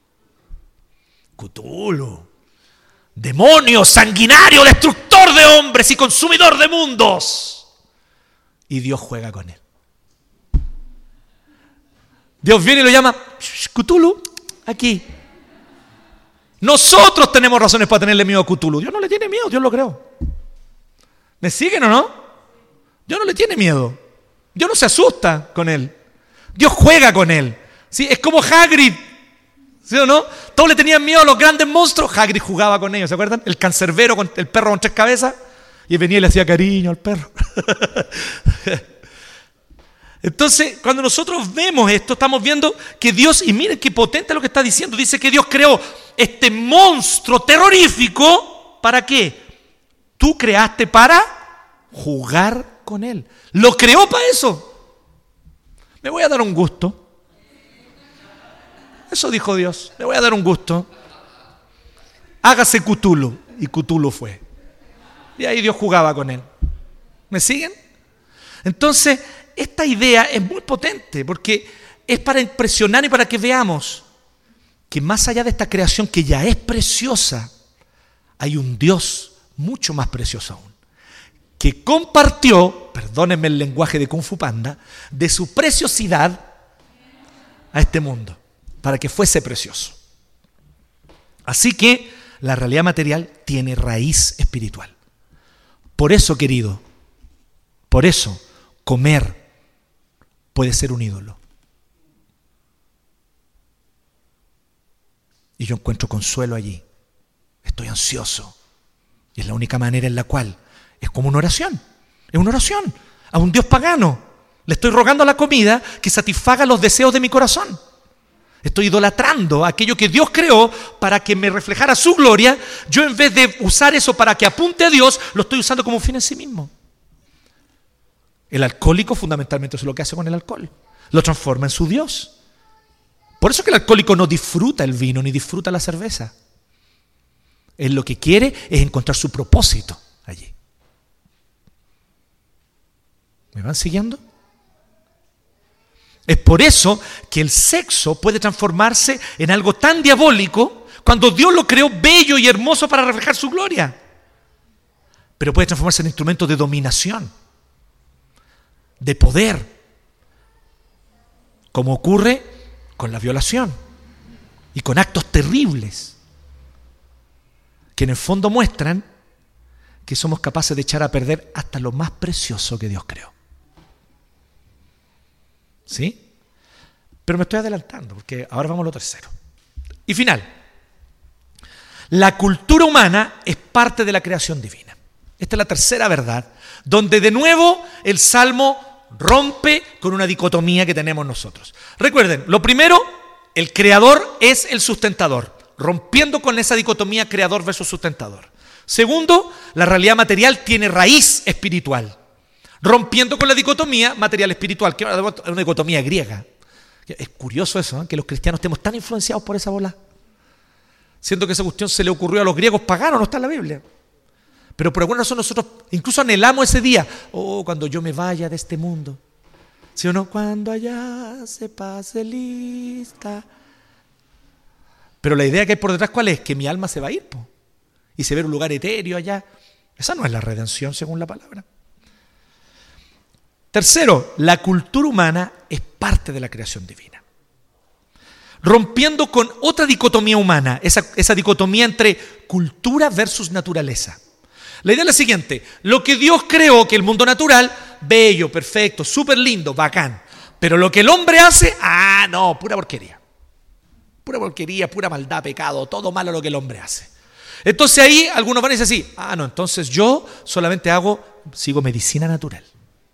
Cthulhu. Demonio, sanguinario, destructor de hombres y consumidor de mundos. Y Dios juega con él. Dios viene y lo llama Cthulhu, aquí. Nosotros tenemos razones para tenerle miedo a Cthulhu. Dios no le tiene miedo, Dios lo creó. ¿Me siguen o no? Dios no le tiene miedo. Dios no se asusta con él. Dios juega con él. ¿Sí? Es como Hagrid. ¿Sí o no? Todos le tenían miedo a los grandes monstruos. Hagrid jugaba con ellos, ¿se acuerdan? El cancerbero, con el perro con 3 cabezas. Y venía y le hacía cariño al perro. Entonces, cuando nosotros vemos esto, estamos viendo que Dios, y miren qué potente lo que está diciendo, dice que Dios creó este monstruo terrorífico, ¿para qué? Tú creaste para jugar con él. Lo creó para eso. Me voy a dar un gusto. Eso dijo Dios, me voy a dar un gusto. Hágase Cthulhu. Y Cthulhu fue. Y ahí Dios jugaba con él. ¿Me siguen? Entonces, esta idea es muy potente porque es para impresionar y para que veamos que más allá de esta creación que ya es preciosa, hay un Dios mucho más precioso aún, que compartió, perdónenme el lenguaje de Kung Fu Panda, de su preciosidad a este mundo, para que fuese precioso. Así que la realidad material tiene raíz espiritual. Por eso, querido, por eso, comer puede ser un ídolo. Y yo encuentro consuelo allí. Estoy ansioso. Y es la única manera en la cual es como una oración. Es una oración a un Dios pagano. Le estoy rogando a la comida que satisfaga los deseos de mi corazón. Estoy idolatrando aquello que Dios creó para que me reflejara su gloria. Yo, en vez de usar eso para que apunte a Dios, lo estoy usando como un fin en sí mismo. El alcohólico fundamentalmente es lo que hace con el alcohol. Lo transforma en su Dios. Por eso que el alcohólico no disfruta el vino ni disfruta la cerveza. Él lo que quiere es encontrar su propósito allí. ¿Me van siguiendo? Es por eso que el sexo puede transformarse en algo tan diabólico cuando Dios lo creó bello y hermoso para reflejar su gloria. Pero puede transformarse en instrumento de dominación, de poder, como ocurre con la violación y con actos terribles que en el fondo muestran que somos capaces de echar a perder hasta lo más precioso que Dios creó. ¿Sí? Pero me estoy adelantando porque ahora vamos a lo tercero. Y final, la cultura humana es parte de la creación divina. Esta es la tercera verdad, donde de nuevo el Salmo rompe con una dicotomía que tenemos nosotros. Recuerden, lo primero, el creador es el sustentador, rompiendo con esa dicotomía creador versus sustentador. Segundo, la realidad material tiene raíz espiritual, rompiendo con la dicotomía material-espiritual, que es una dicotomía griega. Es curioso eso, ¿eh? Que los cristianos estemos tan influenciados por esa bola. Siento que esa cuestión se le ocurrió a los griegos paganos, no está en la Biblia. Pero por alguna razón nosotros incluso anhelamos ese día. Oh, cuando yo me vaya de este mundo. ¿Sí o no? Cuando allá se pase lista. Pero la idea que hay por detrás, ¿cuál es? Que mi alma se va a ir, po, y se ve un lugar etéreo allá. Esa no es la redención según la palabra. Tercero, la cultura humana es parte de la creación divina. Rompiendo con otra dicotomía humana, esa dicotomía entre cultura versus naturaleza. La idea es la siguiente: lo que Dios creó, que el mundo natural, bello, perfecto, súper lindo, bacán. Pero lo que el hombre hace, no, pura porquería. Pura porquería, pura maldad, pecado, todo malo lo que el hombre hace. Entonces ahí algunos van a decir así, no, entonces yo solamente sigo medicina natural.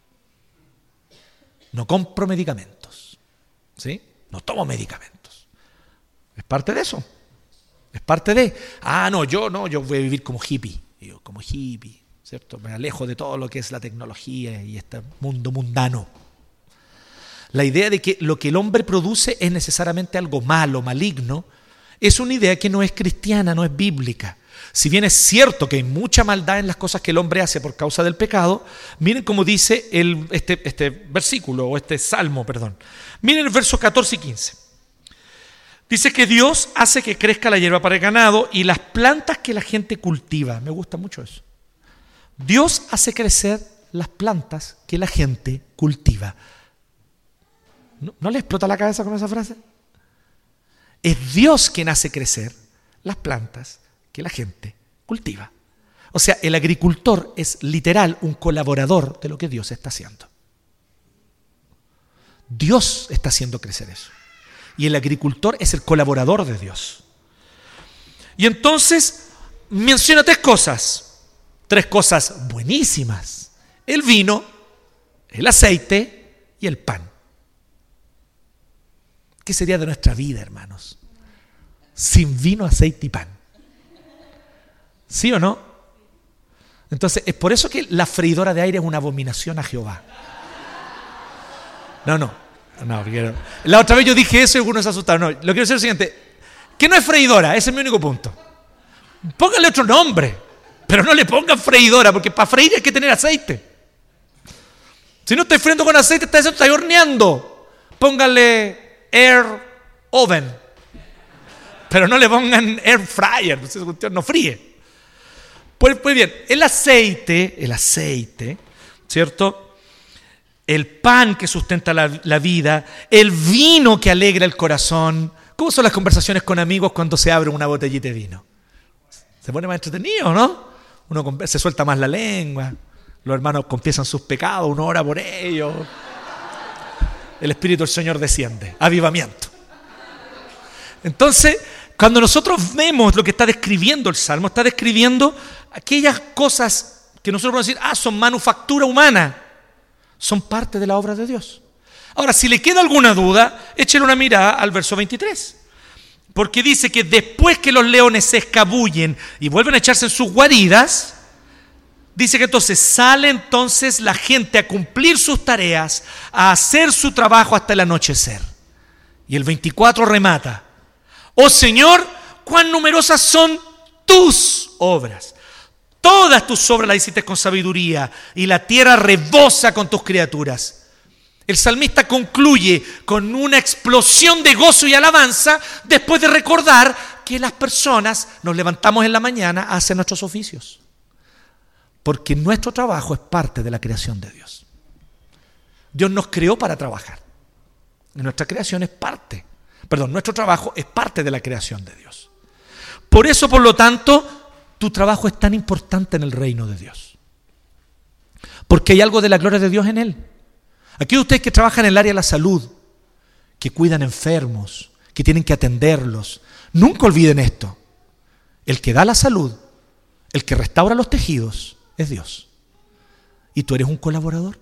No compro medicamentos, ¿sí? No tomo medicamentos. Es parte de eso. Es parte de, yo voy a vivir como hippie. Yo, como hippie, ¿cierto? Me alejo de todo lo que es la tecnología y este mundo mundano. La idea de que lo que el hombre produce es necesariamente algo malo, maligno, es una idea que no es cristiana, no es bíblica. Si bien es cierto que hay mucha maldad en las cosas que el hombre hace por causa del pecado, miren cómo dice este versículo, o este salmo, perdón. Miren el verso 14 y 15. Dice que Dios hace que crezca la hierba para el ganado y las plantas que la gente cultiva. Me gusta mucho eso. Dios hace crecer las plantas que la gente cultiva. ¿No le explota la cabeza con esa frase? Es Dios quien hace crecer las plantas que la gente cultiva. O sea, el agricultor es literal un colaborador de lo que Dios está haciendo. Dios está haciendo crecer eso. Y el agricultor es el colaborador de Dios. Y entonces menciona tres cosas buenísimas: el vino, el aceite y el pan. ¿Qué sería de nuestra vida, hermanos, sin vino, aceite y pan? ¿Sí o no? Entonces, es por eso que la freidora de aire es una abominación a Jehová. No, la otra vez yo dije eso y algunos se asustaron. No, lo que quiero decir es lo siguiente: que no es freidora, ese es mi único punto. Pónganle otro nombre, pero no le pongan freidora, porque para freír hay que tener aceite. Si no estáis friendo con aceite, estáis horneando. Pónganle air oven, pero no le pongan air fryer, esa cuestión no fríe. Pues bien, el aceite, ¿cierto? El pan que sustenta la vida, el vino que alegra el corazón. ¿Cómo son las conversaciones con amigos cuando se abre una botellita de vino? Se pone más entretenido, ¿no? Uno se suelta más la lengua, los hermanos confiesan sus pecados, uno ora por ellos. El Espíritu del Señor desciende, avivamiento. Entonces, cuando nosotros vemos lo que está describiendo el Salmo, está describiendo aquellas cosas que nosotros podemos decir, son manufactura humana, son parte de la obra de Dios. Ahora, si le queda alguna duda, échele una mirada al verso 23. Porque dice que después que los leones se escabullen y vuelven a echarse en sus guaridas, dice que entonces sale entonces la gente a cumplir sus tareas, a hacer su trabajo hasta el anochecer. Y el 24 remata: oh Señor, cuán numerosas son tus obras. Todas tus obras las hiciste con sabiduría y la tierra rebosa con tus criaturas. El salmista concluye con una explosión de gozo y alabanza después de recordar que las personas nos levantamos en la mañana a hacer nuestros oficios. Porque nuestro trabajo es parte de la creación de Dios. Dios nos creó para trabajar. Y nuestra creación es nuestro trabajo es parte de la creación de Dios. Por eso, por lo tanto, tu trabajo es tan importante en el reino de Dios. Porque hay algo de la gloria de Dios en él. Aquellos de ustedes que trabajan en el área de la salud, que cuidan enfermos, que tienen que atenderlos, nunca olviden esto: el que da la salud, el que restaura los tejidos, es Dios. ¿Y tú eres un colaborador?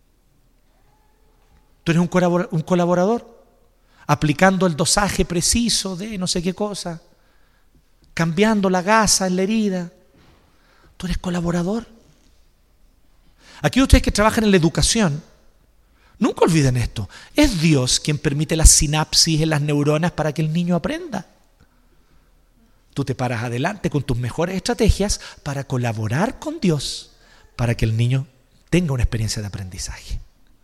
¿Tú eres un colaborador? Aplicando el dosaje preciso de no sé qué cosa, cambiando la gasa en la herida. ¿Tú eres colaborador? Aquellos de ustedes que trabajan en la educación, nunca olviden esto: es Dios quien permite la sinapsis en las neuronas para que el niño aprenda. Tú te paras adelante con tus mejores estrategias para colaborar con Dios para que el niño tenga una experiencia de aprendizaje.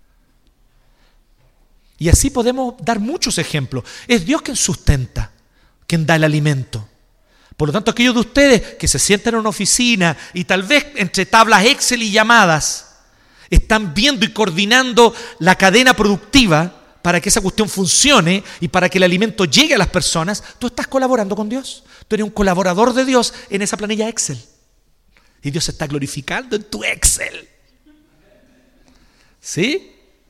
Y así podemos dar muchos ejemplos. Es Dios quien sustenta, quien da el alimento. Por lo tanto, aquellos de ustedes que se sientan en una oficina y tal vez entre tablas Excel y llamadas están viendo y coordinando la cadena productiva para que esa cuestión funcione y para que el alimento llegue a las personas, tú estás colaborando con Dios. Tú eres un colaborador de Dios en esa planilla Excel. Y Dios se está glorificando en tu Excel. ¿Sí?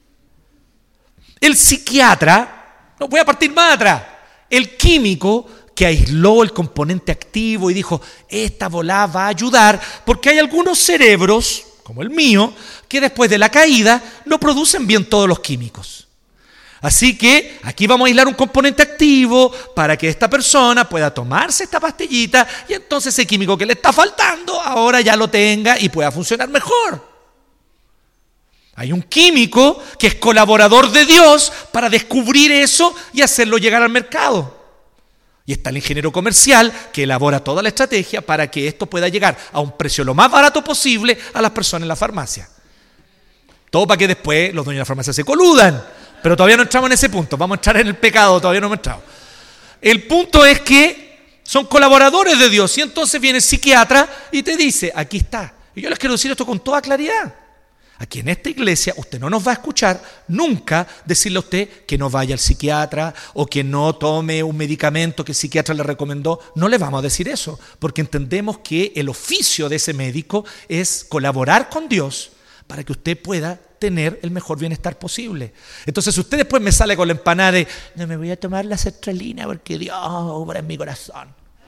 El psiquiatra, no voy a partir más atrás, el químico que aisló el componente activo y dijo, esta bola va a ayudar, porque hay algunos cerebros, como el mío, que después de la caída no producen bien todos los químicos. Así que aquí vamos a aislar un componente activo para que esta persona pueda tomarse esta pastillita y entonces ese químico que le está faltando ahora ya lo tenga y pueda funcionar mejor. Hay un químico que es colaborador de Dios para descubrir eso y hacerlo llegar al mercado. Y está el ingeniero comercial que elabora toda la estrategia para que esto pueda llegar a un precio lo más barato posible a las personas en la farmacia. Todo para que después los dueños de la farmacia se coludan. Pero todavía no entramos en ese punto. Vamos a entrar en el pecado, todavía no hemos entrado. El punto es que son colaboradores de Dios. Y entonces viene el psiquiatra y te dice, aquí está. Y yo les quiero decir esto con toda claridad. Aquí en esta iglesia usted no nos va a escuchar nunca decirle a usted que no vaya al psiquiatra o que no tome un medicamento que el psiquiatra le recomendó. No le vamos a decir eso, porque entendemos que el oficio de ese médico es colaborar con Dios para que usted pueda tener el mejor bienestar posible. Entonces usted después me sale con la empanada de no me voy a tomar la sertralina porque Dios obra en mi corazón.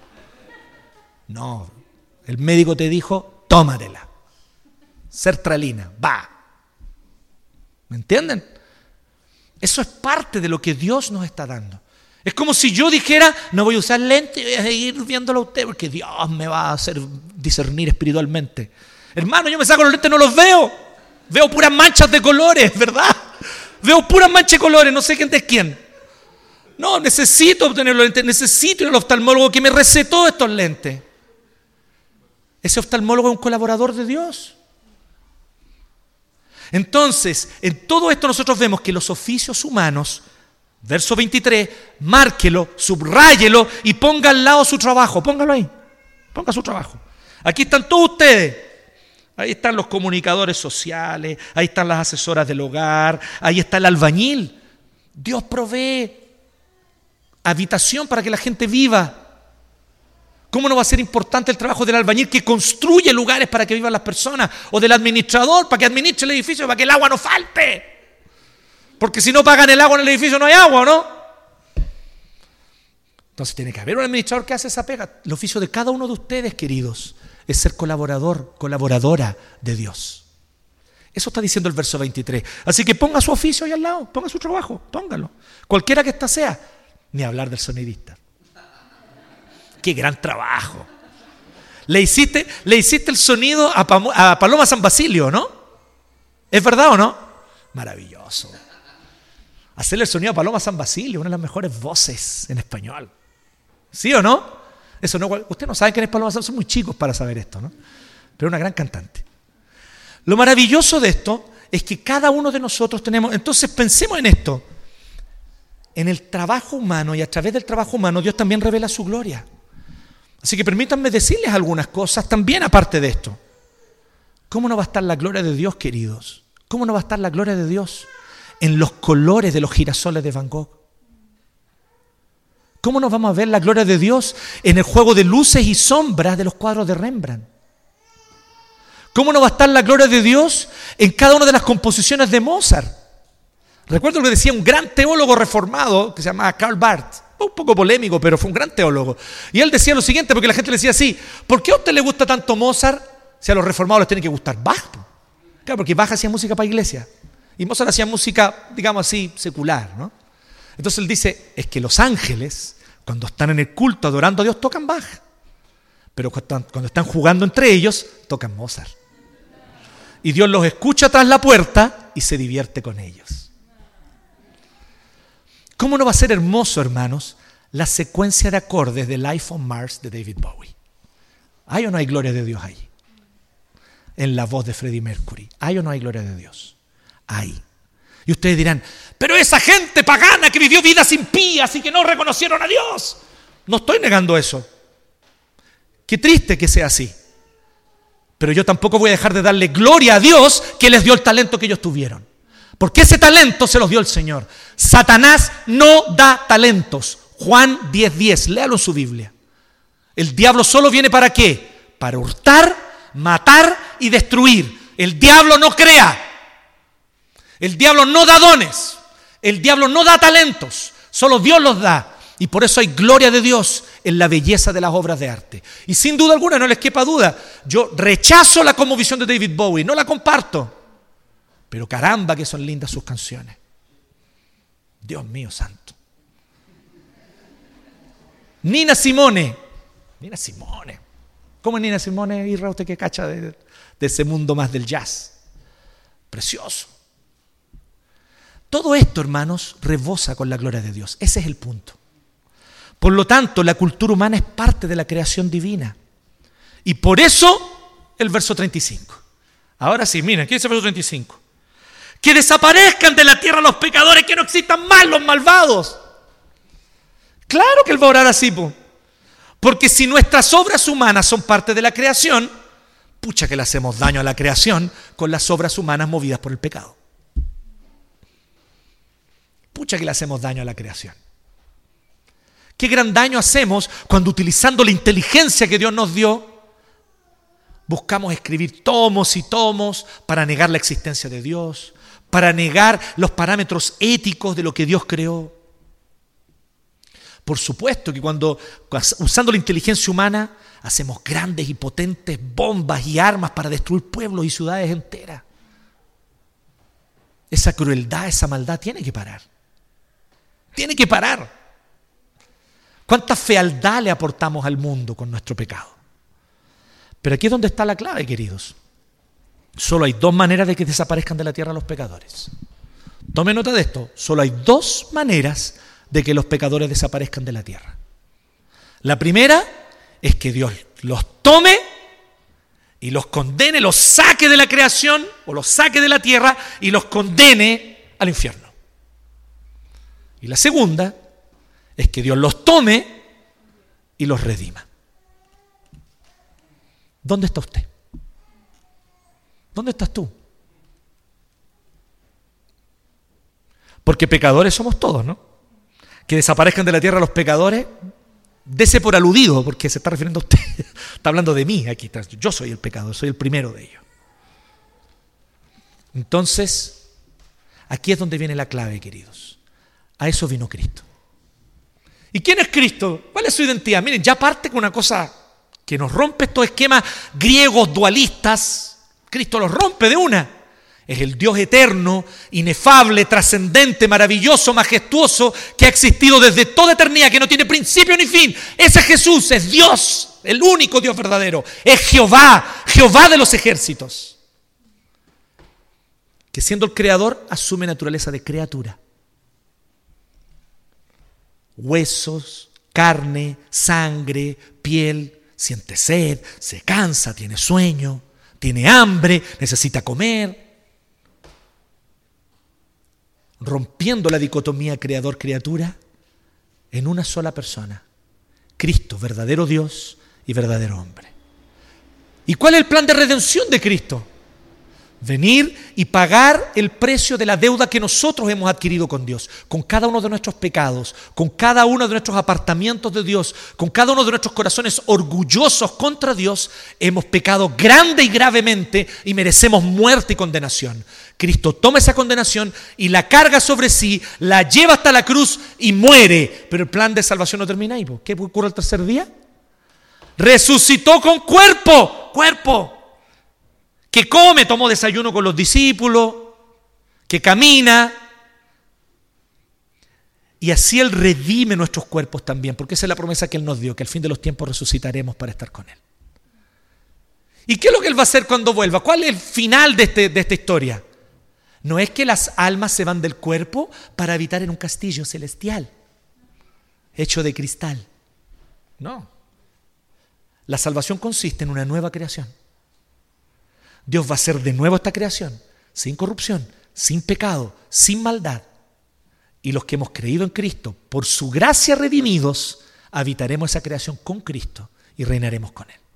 No, el médico te dijo, tómatela. Sertralina, va. ¿Me entienden? Eso es parte de lo que Dios nos está dando. Es como si yo dijera, no voy a usar lentes y voy a seguir viéndolo a usted porque Dios me va a hacer discernir espiritualmente. Hermano, yo me saco los lentes y no los veo. Veo puras manchas de colores, ¿verdad? Veo puras manchas de colores, no sé quién es quién. No, necesito obtener los lentes, necesito ir al oftalmólogo que me recetó estos lentes. Ese oftalmólogo es un colaborador de Dios. Entonces, en todo esto nosotros vemos que los oficios humanos, verso 23, márquelo, subráyelo y ponga al lado su trabajo. Póngalo ahí, ponga su trabajo. Aquí están todos ustedes. Ahí están los comunicadores sociales, ahí están las asesoras del hogar, ahí está el albañil. Dios provee habitación para que la gente viva. ¿Cómo no va a ser importante el trabajo del albañil que construye lugares para que vivan las personas? O del administrador para que administre el edificio, para que el agua no falte. Porque si no pagan el agua en el edificio no hay agua, ¿no? Entonces tiene que haber un administrador que hace esa pega. El oficio de cada uno de ustedes, queridos, es ser colaborador, colaboradora de Dios. Eso está diciendo el verso 23. Así que ponga su oficio ahí al lado, ponga su trabajo, póngalo. Cualquiera que ésta sea. Ni hablar del sonidista. ¡Qué gran trabajo! Le hiciste el sonido a Paloma San Basilio, ¿no? ¿Es verdad o no? Maravilloso. Hacerle el sonido a Paloma San Basilio, una de las mejores voces en español. ¿Sí o no? Eso no, usted no sabe quién es Paloma San Basilio, son muy chicos para saber esto, ¿no? Pero una gran cantante. Lo maravilloso de esto es que cada uno de nosotros tenemos... Entonces pensemos en esto. En el trabajo humano y a través del trabajo humano Dios también revela su gloria. Así que permítanme decirles algunas cosas también aparte de esto. ¿Cómo no va a estar la gloria de Dios, queridos? ¿Cómo no va a estar la gloria de Dios en los colores de los girasoles de Van Gogh? ¿Cómo no vamos a ver la gloria de Dios en el juego de luces y sombras de los cuadros de Rembrandt? ¿Cómo no va a estar la gloria de Dios en cada una de las composiciones de Mozart? Recuerdo lo que decía un gran teólogo reformado que se llamaba Karl Barth. Un poco polémico, pero fue un gran teólogo. Y él decía lo siguiente, porque la gente le decía así: ¿por qué a usted le gusta tanto Mozart si a los reformados les tiene que gustar Bach? Claro, porque Bach hacía música para iglesia y Mozart hacía música, digamos así, secular, ¿no? Entonces él dice, es que los ángeles, cuando están en el culto adorando a Dios, tocan Bach. Pero cuando están jugando entre ellos, tocan Mozart. Y Dios los escucha tras la puerta y se divierte con ellos. ¿Cómo no va a ser hermoso, hermanos, la secuencia de acordes de Life on Mars de David Bowie? ¿Hay o no hay gloria de Dios ahí? En la voz de Freddie Mercury. ¿Hay o no hay gloria de Dios? Hay. Y ustedes dirán, pero esa gente pagana que vivió vidas impías y que no reconocieron a Dios. No estoy negando eso. Qué triste que sea así. Pero yo tampoco voy a dejar de darle gloria a Dios que les dio el talento que ellos tuvieron. Porque ese talento se los dio el Señor. Satanás no da talentos. Juan 10:10, léalo en su Biblia. El diablo solo viene ¿para qué? Para hurtar, matar y destruir. El diablo no crea. El diablo no da dones. El diablo no da talentos. Solo Dios los da. Y por eso hay gloria de Dios en la belleza de las obras de arte. Y sin duda alguna, no les quepa duda, yo rechazo la cosmovisión de David Bowie, no la comparto. Pero caramba que son lindas sus canciones. Dios mío santo. Nina Simone. ¿Cómo es Nina Simone? Irra, usted que cacha de ese mundo más del jazz. Precioso. Todo esto, hermanos, rebosa con la gloria de Dios. Ese es el punto. Por lo tanto, la cultura humana es parte de la creación divina. Y por eso, el verso 35. Ahora sí, miren, ¿qué dice el verso 35? Que desaparezcan de la tierra los pecadores, que no existan más los malvados. Claro que Él va a orar así, porque si nuestras obras humanas son parte de la creación, pucha que le hacemos daño a la creación con las obras humanas movidas por el pecado. Pucha que le hacemos daño a la creación. Qué gran daño hacemos cuando utilizando la inteligencia que Dios nos dio, buscamos escribir tomos y tomos para negar la existencia de Dios. para negar los parámetros éticos de lo que Dios creó. Por supuesto que cuando, usando la inteligencia humana, hacemos grandes y potentes bombas y armas para destruir pueblos y ciudades enteras. Esa crueldad, esa maldad tiene que parar. Tiene que parar. ¿Cuánta fealdad le aportamos al mundo con nuestro pecado? Pero aquí es donde está la clave, queridos. Solo hay dos maneras de que desaparezcan de la tierra los pecadores. Tome nota de esto. Solo hay dos maneras de que los pecadores desaparezcan de la tierra. La primera es que Dios los tome y los condene, los saque de la creación o los saque de la tierra y los condene al infierno. Y la segunda es que Dios los tome y los redima. ¿Dónde está usted? ¿Dónde estás tú? Porque pecadores somos todos, ¿no? Que desaparezcan de la tierra los pecadores, dese por aludido, porque se está refiriendo a usted. Está hablando de mí aquí. Yo soy el pecador, soy el primero de ellos. Entonces, aquí es donde viene la clave, queridos. A eso vino Cristo. ¿Y quién es Cristo? ¿Cuál es su identidad? Miren, ya parte con una cosa que nos rompe estos esquemas griegos dualistas. Cristo los rompe de una. Es el Dios eterno, inefable, trascendente, maravilloso, majestuoso, que ha existido desde toda eternidad, que no tiene principio ni fin. Ese es Jesús, es Dios, el único Dios verdadero. Es Jehová, Jehová de los ejércitos. Que siendo el creador, asume naturaleza de criatura. Huesos, carne, sangre, piel, siente sed, se cansa, tiene sueño, tiene hambre, necesita comer. Rompiendo la dicotomía creador-criatura en una sola persona. Cristo, verdadero Dios y verdadero hombre. ¿Y cuál es el plan de redención de Cristo? Venir y pagar el precio de la deuda que nosotros hemos adquirido con Dios, con cada uno de nuestros pecados, con cada uno de nuestros apartamientos de Dios, con cada uno de nuestros corazones orgullosos contra Dios. Hemos pecado grande y gravemente y merecemos muerte y condenación. Cristo toma esa condenación y la carga sobre sí, la lleva hasta la cruz y muere. Pero el plan de salvación no termina ahí. ¿Qué ocurre el tercer día? Resucitó con cuerpo. Que come, tomó desayuno con los discípulos, que camina. Y así Él redime nuestros cuerpos también, porque esa es la promesa que Él nos dio, que al fin de los tiempos resucitaremos para estar con Él. ¿Y qué es lo que Él va a hacer cuando vuelva? ¿Cuál es el final de esta historia? No es que las almas se van del cuerpo para habitar en un castillo celestial, hecho de cristal. No. La salvación consiste en una nueva creación. Dios va a hacer de nuevo esta creación, sin corrupción, sin pecado, sin maldad. Y los que hemos creído en Cristo, por su gracia redimidos, habitaremos esa creación con Cristo y reinaremos con Él.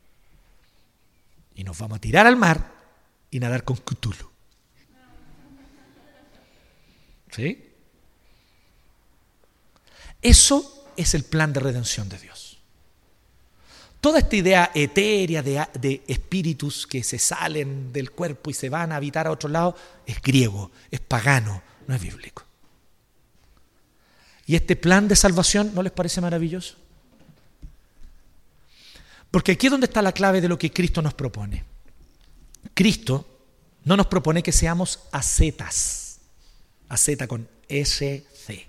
Y nos vamos a tirar al mar y nadar con Cthulhu. ¿Sí? Eso es el plan de redención de Dios. Toda esta idea etérea de espíritus que se salen del cuerpo y se van a habitar a otro lado es griego, es pagano, no es bíblico. ¿Y este plan de salvación no les parece maravilloso? Porque aquí es donde está la clave de lo que Cristo nos propone. Cristo no nos propone que seamos ascetas. Asceta con S-C.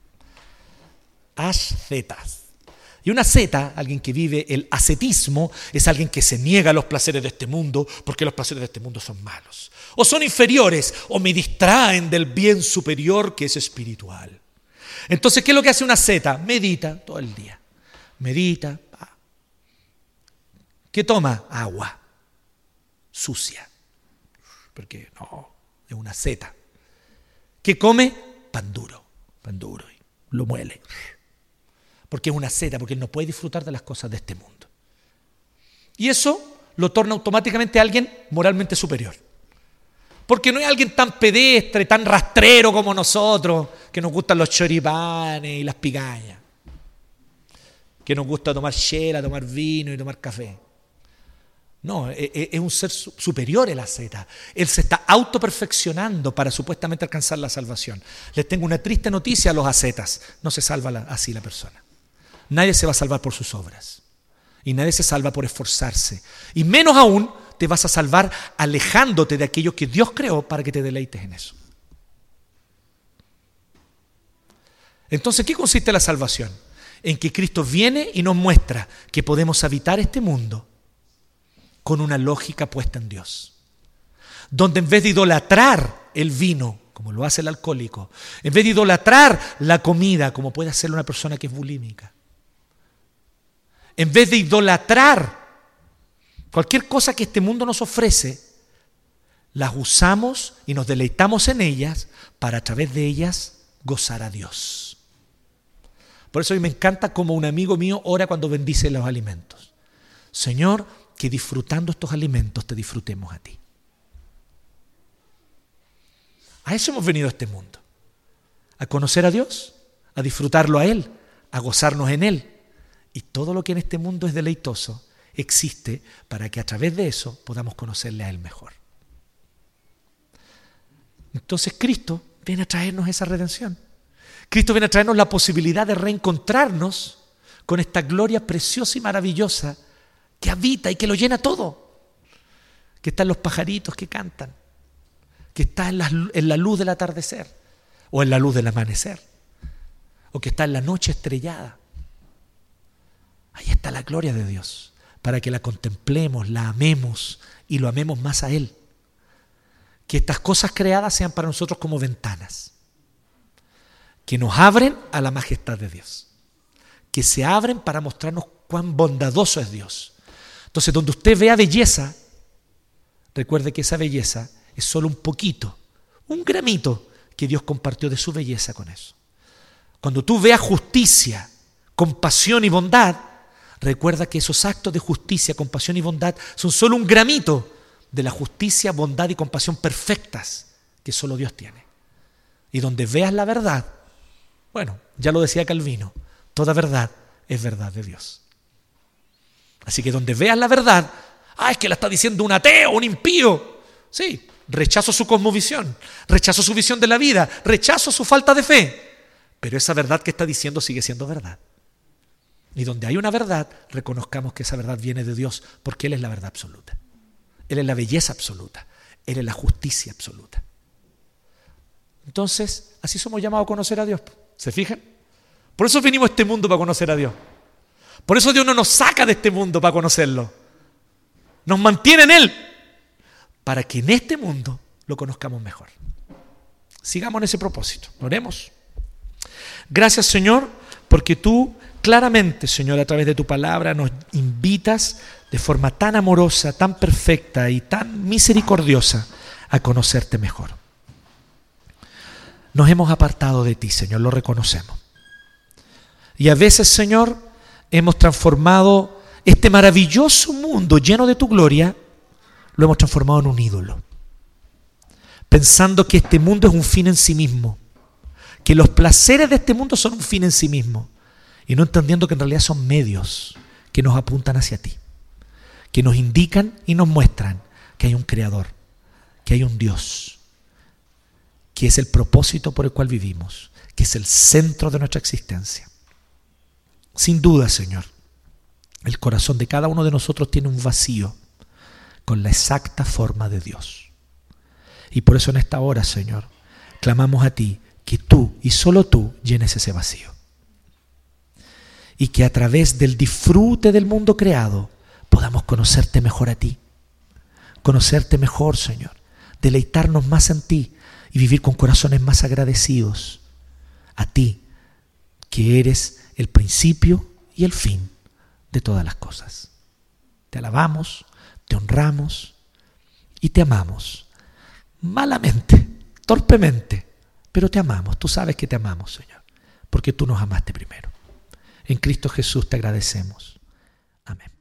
Ascetas. Y una asceta, alguien que vive el ascetismo, es alguien que se niega a los placeres de este mundo porque los placeres de este mundo son malos. O son inferiores, o me distraen del bien superior que es espiritual. Entonces, ¿qué es lo que hace una asceta? Medita todo el día. Medita. ¿Qué toma? Agua. Sucia. Porque no, es una asceta. ¿Qué come? Pan duro. Pan duro. Y lo muele. Porque es una asceta, porque él no puede disfrutar de las cosas de este mundo. Y eso lo torna automáticamente a alguien moralmente superior. Porque no es alguien tan pedestre, tan rastrero como nosotros, que nos gustan los choripanes y las picañas. Que nos gusta tomar chela, tomar vino y tomar café. No, es un ser superior el asceta. Él se está autoperfeccionando para supuestamente alcanzar la salvación. Les tengo una triste noticia a los ascetas. No se salva así la persona. Nadie se va a salvar por sus obras. Y nadie se salva por esforzarse. Y menos aún te vas a salvar alejándote de aquello que Dios creó para que te deleites en eso. Entonces, ¿qué consiste la salvación? En que Cristo viene y nos muestra que podemos habitar este mundo con una lógica puesta en Dios. Donde en vez de idolatrar el vino, como lo hace el alcohólico, en vez de idolatrar la comida, como puede hacer una persona que es bulímica, en vez de idolatrar cualquier cosa que este mundo nos ofrece, las usamos y nos deleitamos en ellas para a través de ellas gozar a Dios. Por eso a mí me encanta como un amigo mío ora cuando bendice los alimentos. Señor, que disfrutando estos alimentos te disfrutemos a ti. A eso hemos venido a este mundo. A conocer a Dios, a disfrutarlo a Él, a gozarnos en Él. Y todo lo que en este mundo es deleitoso existe para que a través de eso podamos conocerle a Él mejor. Entonces Cristo viene a traernos esa redención. Cristo viene a traernos la posibilidad de reencontrarnos con esta gloria preciosa y maravillosa que habita y que lo llena todo. Que está en los pajaritos que cantan, que está en la luz del atardecer o en la luz del amanecer, o que está en la noche estrellada. Ahí está la gloria de Dios, para que la contemplemos, la amemos y lo amemos más a Él. Que estas cosas creadas sean para nosotros como ventanas, que nos abren a la majestad de Dios, que se abren para mostrarnos cuán bondadoso es Dios. Entonces, donde usted vea belleza, recuerde que esa belleza es solo un poquito, un gramito que Dios compartió de su belleza con eso. Cuando tú veas justicia, compasión y bondad, recuerda que esos actos de justicia, compasión y bondad son solo un gramito de la justicia, bondad y compasión perfectas que solo Dios tiene. Y donde veas la verdad, bueno, ya lo decía Calvino, toda verdad es verdad de Dios. Así que donde veas la verdad, es que la está diciendo un ateo, un impío. Sí, rechazo su cosmovisión, rechazo su visión de la vida, rechazo su falta de fe. Pero esa verdad que está diciendo sigue siendo verdad. Y donde hay una verdad, reconozcamos que esa verdad viene de Dios, porque Él es la verdad absoluta. Él es la belleza absoluta. Él es la justicia absoluta. Entonces, así somos llamados a conocer a Dios. ¿Se fijan? Por eso vinimos a este mundo para conocer a Dios. Por eso Dios no nos saca de este mundo para conocerlo. Nos mantiene en Él para que en este mundo lo conozcamos mejor. Sigamos en ese propósito. Oremos. Gracias, Señor, porque tú claramente, Señor, a través de tu palabra nos invitas de forma tan amorosa, tan perfecta y tan misericordiosa a conocerte mejor. Nos hemos apartado de ti, Señor, lo reconocemos. Y a veces, Señor, hemos transformado este maravilloso mundo lleno de tu gloria, lo hemos transformado en un ídolo. Pensando que este mundo es un fin en sí mismo, que los placeres de este mundo son un fin en sí mismo, y no entendiendo que en realidad son medios que nos apuntan hacia ti, que nos indican y nos muestran que hay un Creador, que hay un Dios, que es el propósito por el cual vivimos, que es el centro de nuestra existencia. Sin duda, Señor, el corazón de cada uno de nosotros tiene un vacío con la exacta forma de Dios. Y por eso en esta hora, Señor, clamamos a ti que tú y solo tú llenes ese vacío. Y que a través del disfrute del mundo creado podamos conocerte mejor a ti. Conocerte mejor, Señor. Deleitarnos más en ti y vivir con corazones más agradecidos a ti, que eres el principio y el fin de todas las cosas. Te alabamos, te honramos y te amamos. Malamente, torpemente, pero te amamos. Tú sabes que te amamos, Señor, porque tú nos amaste primero. En Cristo Jesús te agradecemos. Amén.